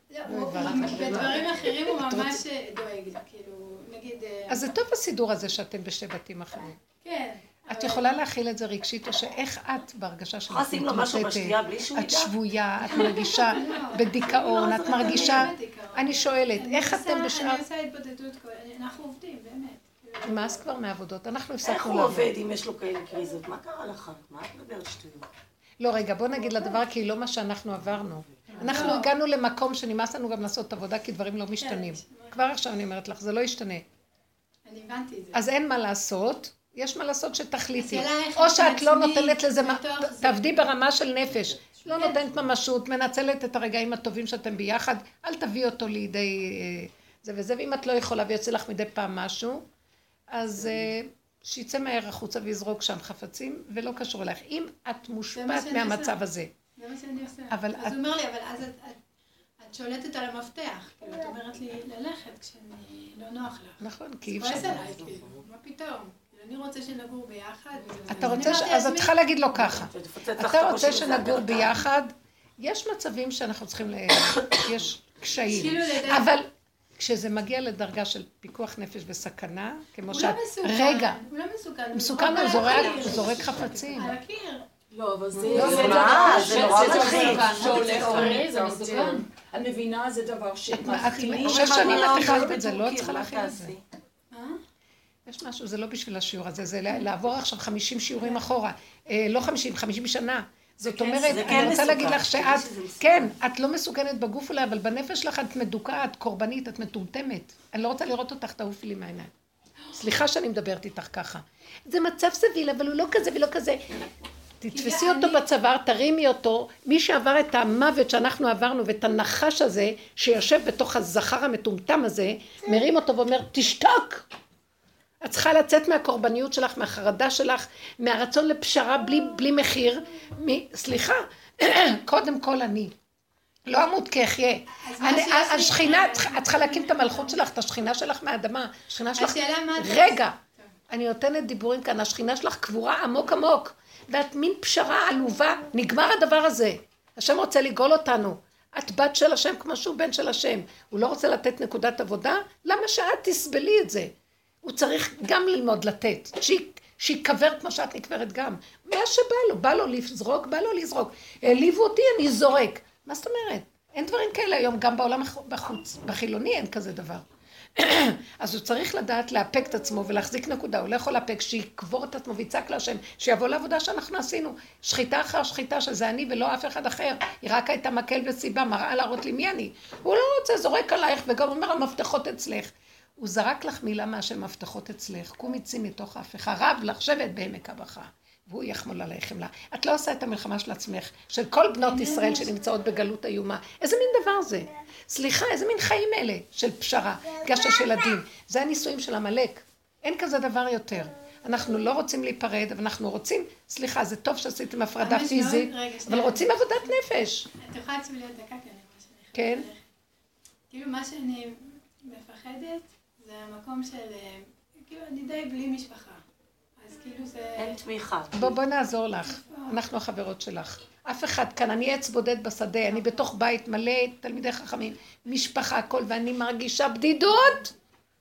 בדברים אחרים הוא ממש דואג, כאילו, נגיד... אז זה טוב הסידור הזה שאתם בשתי בתים אחרים. כן. את יכולה להכיל את זה רגשית, או שאיך את בהרגשה שלך עושים לו משהו בשתייה בלי שהוא את ידע? שבויה, את מרגישה בדיכאון, את מרגישה... אני שואלת, איך אתם בשאר... אני עושה התבודדות, אנחנו עובדים, באמת. נמאס כבר מעבודות, אנחנו איך הפסקנו הוא לעבוד. עובד אם יש לו כאלה קריזות? מה קרה לך? מה את מדברת שטויות? לא, רגע, בוא נגיד לדבר, כי לא מה שאנחנו עברנו. אנחנו הגענו למקום שנמאס לנו גם לעשות עבודה, כי דברים לא משתנים. כבר עכשיו אני אומרת לך, זה לא ישתנה. אני הבנתי את זה. אז אין מה לעשות, יש מה לעשות שתחליטי. או שאת לא נותנת לזה, תעבדי ברמה של נפש. לא נותנת ממשות, מנצלת את הרגעים הטובים שאתם ביחד, אל תביא אותו לידי זה וזה, ואם את לא יכולה ויוצא לך מדי פעם משהו, אז שיצא מהר החוצה ויזרוק שם חפצים, ולא קשור אליך. אם את מושפעת מהמצב הזה. זה מה שאני עושה. אבל אז הוא אומר לי, אבל אז את שולטת על המפתח. כאילו, את אומרת לי ללכת כשאני לא נוח לך. נכון, כי אי אפשר. כועס עליי, כאילו, מה פתאום? אני רוצה שנגור ביחד. אתה רוצה, אז את צריכה להגיד לו ככה. אתה רוצה שנגור ביחד, יש מצבים שאנחנו צריכים, יש קשיים. אבל כשזה מגיע לדרגה של פיקוח נפש וסכנה, כמו שאת... הוא לא מסוכן. רגע. הוא לא מסוכן. מסוכן, הוא זורק חפצים. על הקיר. לא, אבל זה נורא מלחיץ. זה מסוכן. את מבינה, זה דבר שמתחילים. 6 שנים את תחלת את זה, לא צריכה להכיל את זה. יש משהו, זה לא בשביל השיעור הזה, זה לעבור עכשיו 50 שיעורים אחורה. לא 50 שנה. זאת אומרת, אני רוצה להגיד לך שאת, כן, את לא מסוכנת בגוף אולי, אבל בנפש שלך את מדוכאה, את קורבנית, את מטומטמת. אני לא רוצה לראות אותך, תעופי לי מהעיניים. סליחה שאני מדברת איתך ככה. זה מצב סביל, אבל הוא לא כזה ולא כזה. תתפסי אותו בצוואר, תרימי אותו. מי שעבר את המוות שאנחנו עברנו ואת הנחש הזה, שיושב בתוך הזכר המטומטם הזה, מרים אותו ואומר, תשתוק! את צריכה לצאת מהקורבניות שלך, מהחרדה שלך, מהרצון לפשרה בלי מחיר. סליחה, קודם כל אני. לא אמות כי אחיה. השכינה, את צריכה להקים את המלכות שלך, את השכינה שלך מהאדמה. השכינה שלך... רגע, אני נותנת דיבורים כאן, השכינה שלך קבורה עמוק עמוק. ואת מין פשרה עלובה, נגמר הדבר הזה. השם רוצה לגאול אותנו. את בת של השם כמו שהוא בן של השם. הוא לא רוצה לתת נקודת עבודה? למה שאת תסבלי את זה? הוא צריך גם ללמוד לתת, שיקבר כמו שאת נקברת גם. מה שבא לו, בא לו לזרוק, בא לו לזרוק. העליבו אותי, אני זורק. מה זאת אומרת? אין דברים כאלה היום, גם בעולם בחוץ. בחילוני אין כזה דבר. אז הוא צריך לדעת להפק את עצמו ולהחזיק נקודה. הוא לא יכול להפק, שיקבור את עצמו ויצעק להשם, שיבוא לעבודה שאנחנו עשינו. שחיטה אחר שחיטה, שזה אני ולא אף אחד אחר. היא רק הייתה מקל וסיבה, מראה להראות לי מי אני. הוא לא רוצה, זורק עלייך וגם אומר, המפתחות אצלך. הוא זרק לך מילה מהשם מפתחות אצלך, קום יצאי מתוך ההפכה, רב לך שבת בעמק הבכה, והוא יחמול עלייך חמלה. את לא עושה את המלחמה של עצמך, של כל בנות ישראל שנמצאות בגלות איומה. איזה מין דבר זה? סליחה, איזה מין חיים אלה של פשרה, גשש של ילדים. זה הניסויים של המלאק. אין כזה דבר יותר. אנחנו לא רוצים להיפרד, אבל אנחנו רוצים, סליחה, זה טוב שעשיתם הפרדה פיזית, אבל רוצים עבודת נפש. את יכולה להקשיב לי עוד דקה, כי אני ממש... כן. כאילו מה שאני מפחדת, זה המקום של, כאילו, אני די בלי משפחה. אז כאילו זה... אין תמיכה. בוא נעזור לך. אנחנו החברות שלך. אף אחד כאן, אני עץ בודד בשדה, אני בתוך בית מלא תלמידי חכמים, משפחה, הכל, ואני מרגישה בדידות,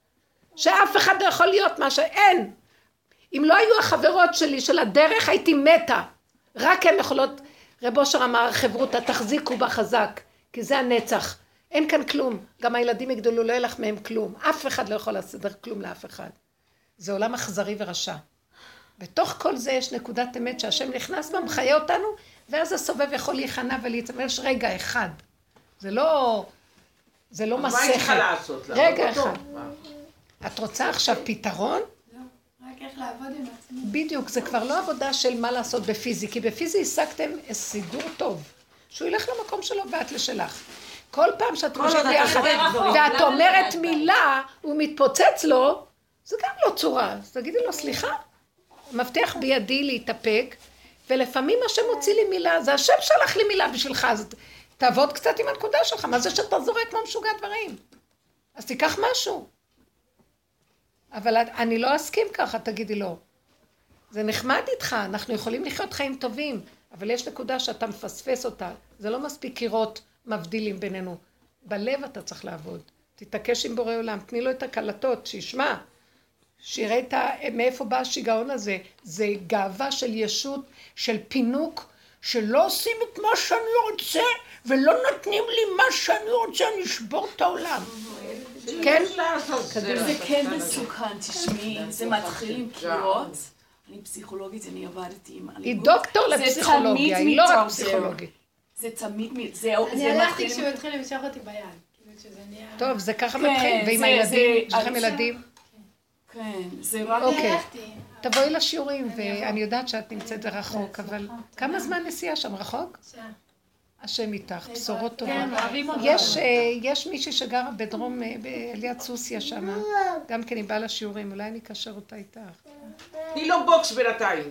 שאף אחד לא יכול להיות מה שאין. אם לא היו החברות שלי של הדרך, הייתי מתה. רק הן יכולות, רב אושר אמר, חברותה, תחזיקו בחזק, כי זה הנצח. אין כאן כלום, גם הילדים יגדלו, לא ילך מהם כלום, אף אחד לא יכול לסדר כלום לאף אחד. זה עולם אכזרי ורשע. בתוך כל זה יש נקודת אמת שהשם נכנס בה, מחיה אותנו, ואז הסובב יכול להיכנע ולהתאמר, יש רגע אחד. זה לא מסכת. מה היא צריכה לעשות? רגע אחד. את רוצה עכשיו פתרון? לא, רק איך לעבוד עם עצמי. בדיוק, זה כבר לא עבודה של מה לעשות בפיזי, כי בפיזי השגתם סידור טוב, שהוא ילך למקום שלו ואת לשלך. כל פעם שאת חושבת ביחד, ואת אומרת מילה, הוא מתפוצץ לו, זה גם לא צורה. אז תגידי לו, סליחה, מבטיח בידי להתאפק, ולפעמים השם מוציא לי מילה, זה השם שלח לי מילה בשבילך, אז תעבוד קצת עם הנקודה שלך, מה זה שאתה זורק כמו משוגע דברים? אז תיקח משהו. אבל אני לא אסכים ככה, תגידי לו. זה נחמד איתך, אנחנו יכולים לחיות חיים טובים, אבל יש נקודה שאתה מפספס אותה, זה לא מספיק קירות מבדילים בינינו. בלב אתה צריך לעבוד. תתעקש עם בורא עולם, תני לו את הקלטות, שישמע, שיראה מאיפה בא השיגעון הזה. זה גאווה של ישות, של פינוק, שלא עושים את מה שאני רוצה, ולא נותנים לי מה שאני רוצה, נשבור את העולם. כן? זה כן מסוכן, תשמעי, זה מתחיל עם קירות. אני פסיכולוגית, אני עבדתי עם... היא דוקטור לפסיכולוגיה, היא לא רק פסיכולוגית. זה תמיד, אני הלכתי כשהוא התחיל למשוך אותי ביד. טוב, זה ככה מתחיל, ועם הילדים, יש לכם ילדים? כן, זה רק... אוקיי, תבואי לשיעורים, ואני יודעת שאת נמצאת רחוק, אבל כמה זמן נסיעה שם, רחוק? השם איתך, בשורות טובות. יש מישהי שגרה בדרום, ליד סוסיה שם, גם כן היא באה לשיעורים, אולי אני אקשר אותה איתך. תני לו בוקס בינתיים.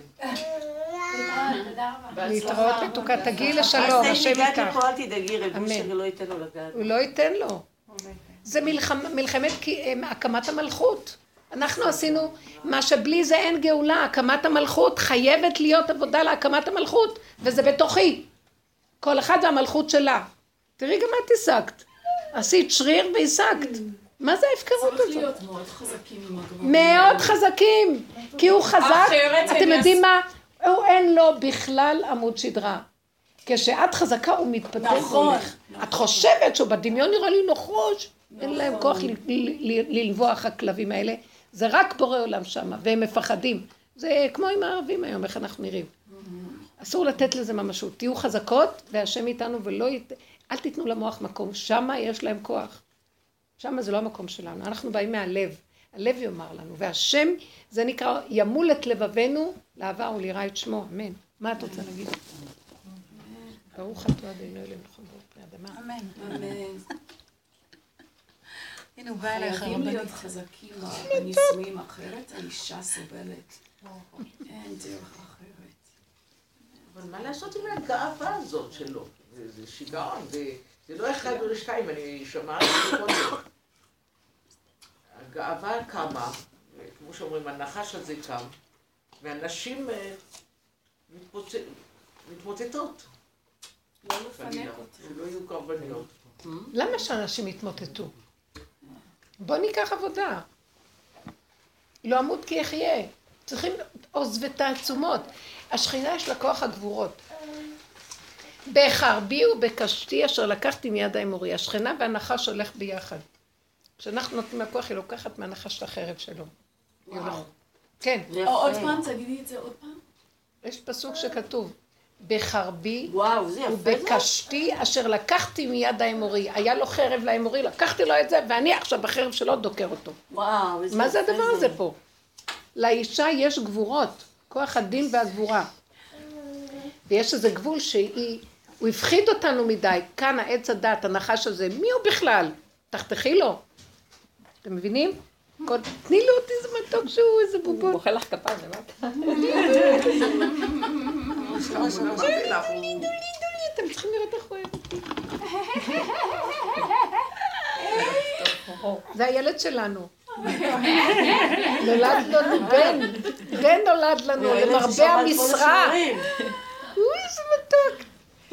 להתראות מתוקה, תגיעי לשלום, השם איתך. הגעתי פה, אל תדאגי, רב אושר לא ייתן לו לגעת. הוא לא ייתן לו. זה מלחמת הקמת המלכות. אנחנו עשינו מה שבלי זה אין גאולה, הקמת המלכות חייבת להיות עבודה להקמת המלכות, וזה בתוכי. כל אחד והמלכות שלה. תראי גם את השגת. עשית שריר והשגת. מה זה ההפקרות הזאת? צריך להיות מאוד חזקים עם הגברים. מאוד חזקים. כי הוא חזק, אתם יודעים מה? הוא אין לו בכלל עמוד שדרה. כשאת חזקה הוא מתפתח נכון, והולך. את חושבת שהוא בדמיון נראה לי נחוש. אין להם כוח ללבוח הכלבים האלה. זה רק בורא עולם שם, והם מפחדים. זה כמו עם הערבים היום, איך אנחנו נראים. אסור לתת לזה ממשות. תהיו חזקות, והשם איתנו אל תיתנו למוח מקום. שם יש להם כוח. שם זה לא המקום שלנו. אנחנו באים מהלב. הלב יאמר לנו. והשם, זה נקרא, ימול את לבבנו, לאהבה וליראה את שמו. אמן. מה את רוצה להגיד? ברוך אתה אדינו אלינו לכל דור פני אדמה. אמן. אמן. הנה הוא בא אלייך חייבים הרבנית. להיות חזקים בנישואים, אחרת האישה סובלת. אין דרך אחרת. אבל מה לעשות עם הגאווה הזאת שלו? זה שיגעון, זה לא אחד או שתיים, אני שמעתי קודם. הגאווה קמה, כמו שאומרים, הנחש הזה קם, והנשים מתמוטטות. לא לפנק אותי. שלא יהיו קרבניות. למה שאנשים יתמוטטו? בוא ניקח עבודה. לא אמות כי יחיה. צריכים עוז ותעצומות. השכינה יש לה כוח הגבורות. בחרבי ובקשתי אשר לקחתי מיד האמורי. השכינה והנחש הולך ביחד. כשאנחנו נותנים הכוח, היא לוקחת מהנחש לחרב שלו. כן. עוד פעם, תגידי את זה עוד פעם. יש פסוק שכתוב, בחרבי וואו, זה יפה. ובקשתי אשר לקחתי מיד האמורי. היה לו חרב לאמורי, לקחתי לו את זה, ואני עכשיו בחרב שלו דוקר אותו. וואו, איזה מה זה יפה הדבר הזה פה? לאישה יש גבורות, כוח הדין והגבורה. ויש איזה גבול הוא הפחיד אותנו מדי. כאן העץ הדת, הנחש הזה, מי הוא בכלל? תחתכי לו. אתם מבינים? תני לו אותי איזה מתוק שהוא איזה בובון. הוא בוכה לך כפיים, למטה. דולי, אתם צריכים לראות איך הוא אוהב אותי. זה הילד שלנו. נולד לנו בן נולד לנו, למרבה המשרה. אוי, איזה מתוק.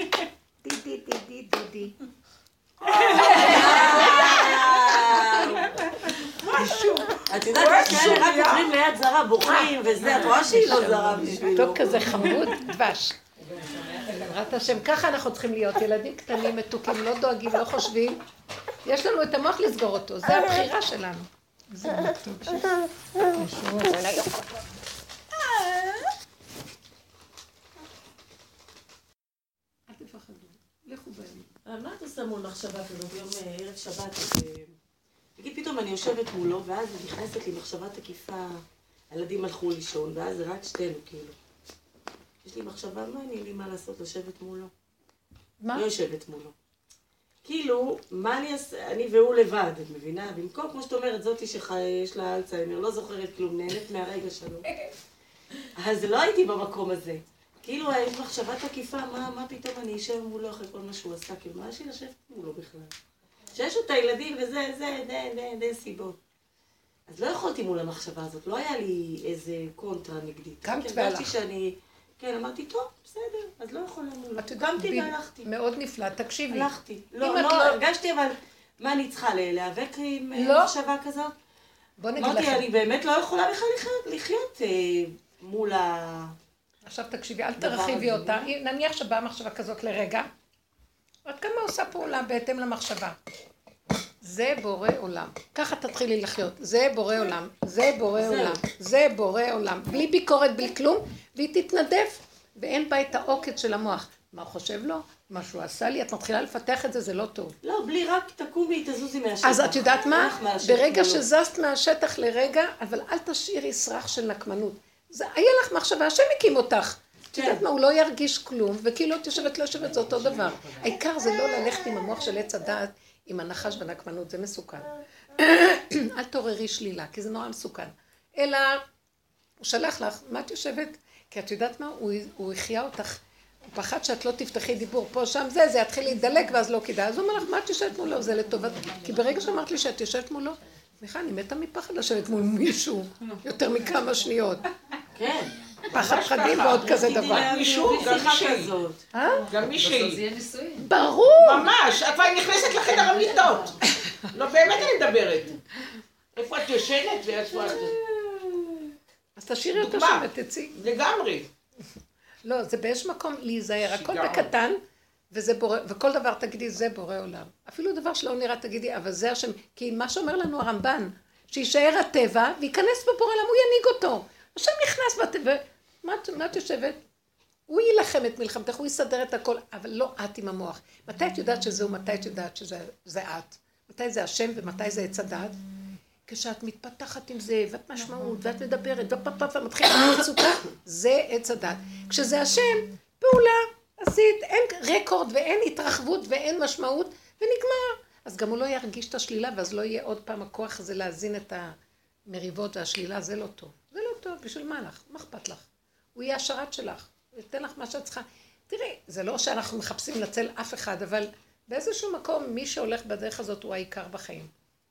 דודי. את יודעת, יש כאלה רק עוברים ליד זרה, בוכים וזה, את רואה שהיא לא זרה בשבילו. מתוק כזה חמוד, דבש. בעזרת השם, ככה אנחנו צריכים להיות, ילדים קטנים, מתוקים, לא דואגים, לא חושבים. יש לנו את המוח לסגור אותו, זה הבחירה שלנו. זה מתוק שישוע. אל תפחדו, לכו בהם. מה את עושה מול מחשבה כזאת, יום ערב שבת? תגיד, פתאום אני יושבת מולו, ואז נכנסת לי מחשבה תקיפה, הילדים הלכו לישון, ואז זה רק שתינו, כאילו. יש לי מחשבה, מה אין לי מה לעשות לשבת מולו? מה? לא יושבת מולו. כאילו, מה אני אעשה? אני והוא לבד, את מבינה? במקום, כמו שאת אומרת, זאתי שיש לה אלצהיימר, לא זוכרת כלום, נהנית מהרגע שלו. אז לא הייתי במקום הזה. כאילו, יש מחשבה תקיפה, מה פתאום אני אשב מולו אחרי כל מה שהוא עשה? כאילו, מה יש לי לשבת מולו בכלל? שיש אותה ילדים וזה, די סיבות. אז לא יכולתי מול המחשבה הזאת, לא היה לי איזה קונטרה נגדית. קמת והלך. כן, אמרתי, טוב, בסדר, אז לא יכולה מולו. את יודעת, קמתי והלכתי. מאוד נפלא, תקשיבי. הלכתי. אם לא, את לא, הרגשתי, אבל מה אני צריכה להיאבק עם לא. מחשבה כזאת? בוא נגיד אמרתי, לכם. אני באמת לא יכולה בכלל לחיות מול ה... עכשיו תקשיבי, אל תרחיבי אותה. נניח שבאה מחשבה כזאת לרגע. עד כמה עושה פעולה בהתאם למחשבה. זה בורא עולם. ככה תתחילי לחיות. זה בורא עולם. זה בורא עולם. זה בורא עולם. בלי ביקורת, בלי כלום, והיא תתנדף. ואין בה את העוקץ של המוח. מה הוא חושב לו? מה שהוא עשה לי? את מתחילה לפתח את זה, זה לא טוב. לא, בלי רק תקומי, תזוזי מהשטח. אז את יודעת מה? ברגע שזזת מהשטח לרגע, אבל אל תשאירי סרח של נקמנות. היה לך מחשבה, השם הקים אותך. את יודעת מה? הוא לא ירגיש כלום, וכאילו את יושבת, לא יושבת, זה אותו דבר. העיקר זה לא ללכת עם המוח של עץ הדעת, עם הנחש ונקמנות, זה מסוכן. אל תעוררי שלילה, כי זה נורא מסוכן. אלא, הוא שלח לך, מה את יושבת? כי את יודעת מה? הוא החיה אותך. הוא פחד שאת לא תפתחי דיבור פה, שם, זה יתחיל להידלק ואז לא כדאי. אז הוא אומר לך, מה את יושבת מולו? זה לטובת... כי ברגע שאמרת לי שאת יושבת מולו, סליחה, אני מתה מפחד לשבת מול מישהו, יותר מכמה שניות. כן. פחד חדים ועוד כזה דבר. גם מישהי. ברור. ממש, את כבר נכנסת לחדר המיטות. לא, באמת אני מדברת. איפה את יושנת ואיפה את... אז תשאירי אותה שם ותצאי. לגמרי. לא, זה באיזשהו מקום להיזהר, הכל בקטן, וכל דבר תגידי, זה בורא עולם. אפילו דבר שלא נראה תגידי, אבל זה השם, כי מה שאומר לנו הרמב"ן, שישאר הטבע, וייכנס בבורא עולם, הוא ינהיג אותו. השם נכנס בטבע, מה את יושבת? הוא יילחם את מלחמתך, הוא יסדר את הכל, אבל לא את עם המוח. מתי את יודעת שזהו, מתי את יודעת שזה את? מתי זה השם ומתי זה עץ הדעת? כשאת מתפתחת עם זה, ואת משמעות, ואת מדברת, ומתחילה מצוקה, זה עץ הדעת. כשזה השם, פעולה, עשית, אין רקורד ואין התרחבות ואין משמעות, ונגמר. אז גם הוא לא ירגיש את השלילה, ואז לא יהיה עוד פעם הכוח הזה להזין את המריבות והשלילה, זה לא טוב. זה לא טוב, בשביל מה לך? מה אכפת לך? הוא יהיה השרת שלך, הוא ייתן לך מה שאת צריכה. תראי, זה לא שאנחנו מחפשים לנצל אף אחד, אבל באיזשהו מקום, מי שהולך בדרך הזאת הוא העיקר בחיים.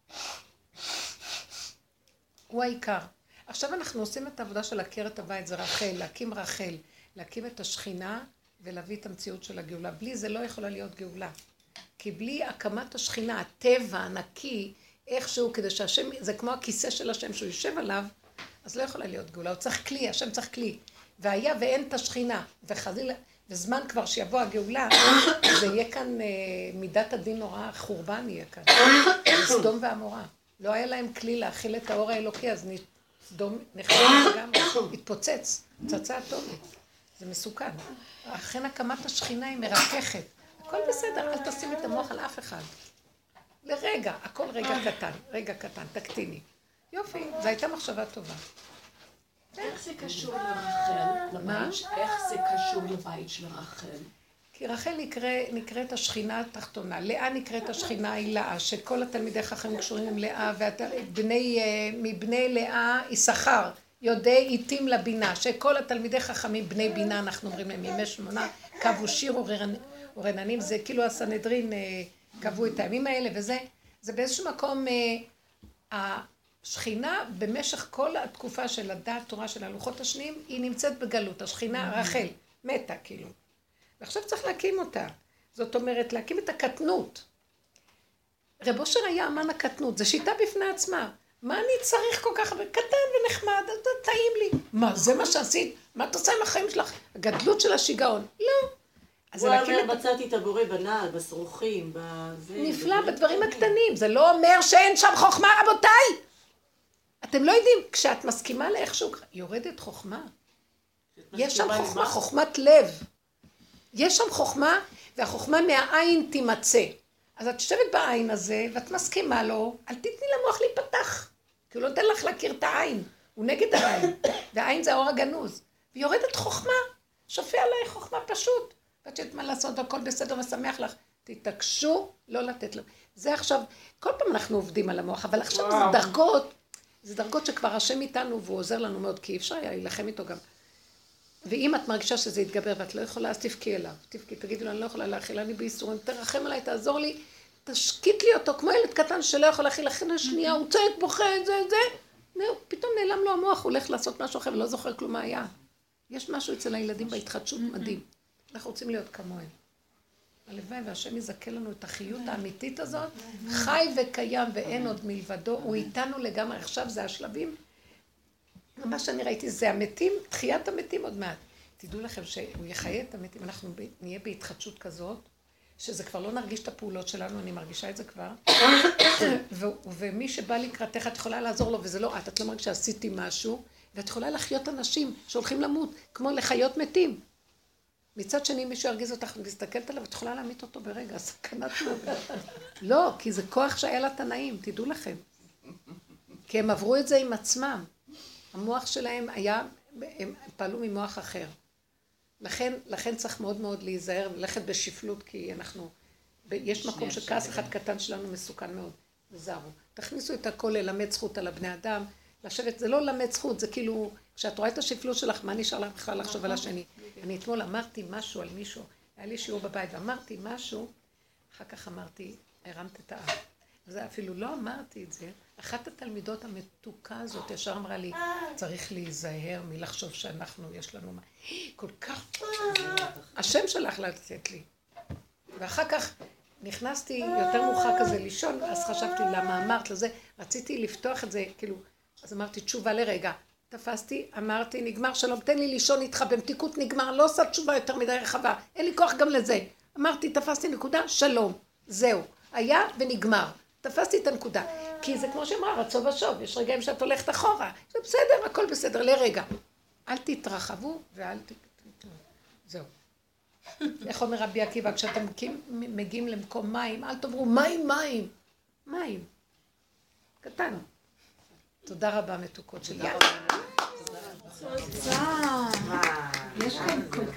הוא העיקר. עכשיו אנחנו עושים את העבודה של להכיר את הבית, זה רחל, להקים את השכינה ולהביא את המציאות של הגאולה. בלי זה לא יכולה להיות גאולה. כי בלי הקמת השכינה, הטבע, הנקי, איכשהו, כדי שהשם, זה כמו הכיסא של השם שהוא יושב עליו, אז לא יכולה להיות גאולה. הוא צריך כלי, השם צריך כלי. והיה ואין את השכינה, וחזילה, וזמן כבר שיבוא הגאולה, זה יהיה כאן מידת הדין נורא, חורבן יהיה כאן. סדום ועמורה. לא היה להם כלי להכיל את האור האלוקי, אז סדום נחלם גם, התפוצץ, פצצה אטומית. זה מסוכן. אכן הקמת השכינה היא מרככת. הכל בסדר, אל תשים את המוח על אף אחד. לרגע, הכל רגע קטן, תקטיני. יופי, זו הייתה מחשבה טובה. איך זה קשור לרחל? מה? איך זה קשור לבית של רחל? כי רחל נקראת השכינה התחתונה. לאה נקראת השכינה הילאה, שכל התלמידי חכמים קשורים עם לאה, מבני לאה יששכר, יודעי עיתים לבינה, שכל התלמידי חכמים בני בינה, אנחנו אומרים להם, ימי שמונה, קבעו שיר ורננים, זה כאילו הסנהדרין קבעו את הימים האלה, וזה באיזשהו מקום, השכינה במשך כל התקופה של הדעת תורה של הלוחות השניים, היא נמצאת בגלות, השכינה רחל, מתה כאילו. ועכשיו צריך להקים אותה. זאת אומרת, להקים את הקטנות. רב אושר היה אמן הקטנות, זו שיטה בפני עצמה. מה אני צריך כל כך הרבה? קטן ונחמד, טעים לי. מה, זה מה שעשית? מה את עושה עם החיים שלך? הגדלות של השיגעון. לא. הוא אומר, מצאתי את הבורא בנעל, בשרוכים, נפלא, בדברים הקטנים. זה לא אומר שאין שם חוכמה, רבותיי. אתם לא יודעים, כשאת מסכימה לאיכשהו, יורדת חוכמה. יש שם חוכמה, חוכמת לב. יש שם חוכמה, והחוכמה מהעין תימצא. אז את יושבת בעין הזה, ואת מסכימה לו, אל תתני למוח להיפתח. כי הוא לא נותן לך להכיר את העין. הוא נגד העין. והעין זה האור הגנוז. ויורדת חוכמה. שופע עליי חוכמה פשוט. ואת יודעת מה לעשות, הכל בסדר ושמח לך. תתעקשו לא לתת לו. זה עכשיו, כל פעם אנחנו עובדים על המוח, אבל עכשיו זה דרגות שכבר השם איתנו, והוא עוזר לנו מאוד, כי אפשר היה להילחם איתו גם. ואם את מרגישה שזה יתגבר ואת לא יכולה, אז תבכי אליו. תגידי לו, אני לא יכולה להכיל, אני בייסורים, תרחם עליי, תעזור לי, תשקיט לי אותו, כמו ילד קטן שלא יכול להכיל, אחרי השנייה, הוא צועק, בוכה, פתאום נעלם לו המוח, הוא הולך לעשות משהו אחר, ולא זוכר כלום מה היה. יש משהו אצל הילדים בהתחדשות מדהים. אנחנו רוצים להיות כמוהם. הלוואי והשם יזכה לנו את החיות האמיתית הזאת, חי וקיים ואין עוד מלבדו, הוא איתנו לגמרי, עכשיו זה השלבים. מה שאני ראיתי זה המתים, תחיית המתים עוד מעט. תדעו לכם שהוא יחיה את המתים, אנחנו נהיה בהתחדשות כזאת, שזה כבר לא נרגיש את הפעולות שלנו, אני מרגישה את זה כבר. ומי שבא לקראתך, את יכולה לעזור לו, וזה לא את לא מרגישה שעשיתי משהו, ואת יכולה לחיות אנשים שהולכים למות, כמו לחיות מתים. מצד שני, מישהו ירגיז אותך, להסתכלת עליו, את יכולה להמית אותו ברגע, סכנת מוות. לא, כי זה כוח שהיה לתנאים, תדעו לכם. כי הם עברו את זה עם עצמם. המוח שלהם היה, הם פעלו ממוח אחר. לכן צריך מאוד מאוד להיזהר וללכת בשפלות, כי יש מקום שכעס אחד קטן שלנו מסוכן מאוד. וזהרו. תכניסו את הכל ללמד זכות על הבני אדם, לשבת, זה לא למד זכות, זה כאילו, כשאת רואה את השפלות שלך, מה נשאר לך בכלל לחשוב על השני? אני אתמול אמרתי משהו על מישהו, היה לי שיעור בבית, ואמרתי משהו, אחר כך אמרתי, הרמת את האף. וזה אפילו לא אמרתי את זה, אחת התלמידות המתוקה הזאת ישר אמרה לי, צריך להיזהר מלחשוב שאנחנו, יש לנו מה, כל כך, השם שלך לתת לי. ואחר כך נכנסתי יותר מאוחר כזה לישון, אז חשבתי למה אמרת לזה, רציתי לפתוח את זה, כאילו, אז אמרתי תשובה לרגע, תפסתי, אמרתי, נגמר שלום, תן לי לישון איתך, במתיקות נגמר, לא עושה תשובה יותר מדי רחבה, אין לי כוח גם לזה. אמרתי, תפסתי נקודה, שלום, זהו. היה ונגמר. תפסתי את הנקודה. כי זה כמו שאמרה, רצו ושוב, יש רגעים שאת הולכת אחורה. זה בסדר, הכל בסדר, לרגע. אל תתרחבו ואל זהו. איך אומר רבי עקיבא, כשאתם מגיעים למקום מים, אל תאמרו מים, מים. מים. קטן. תודה רבה מתוקות שלי. תודה. יש כאן כל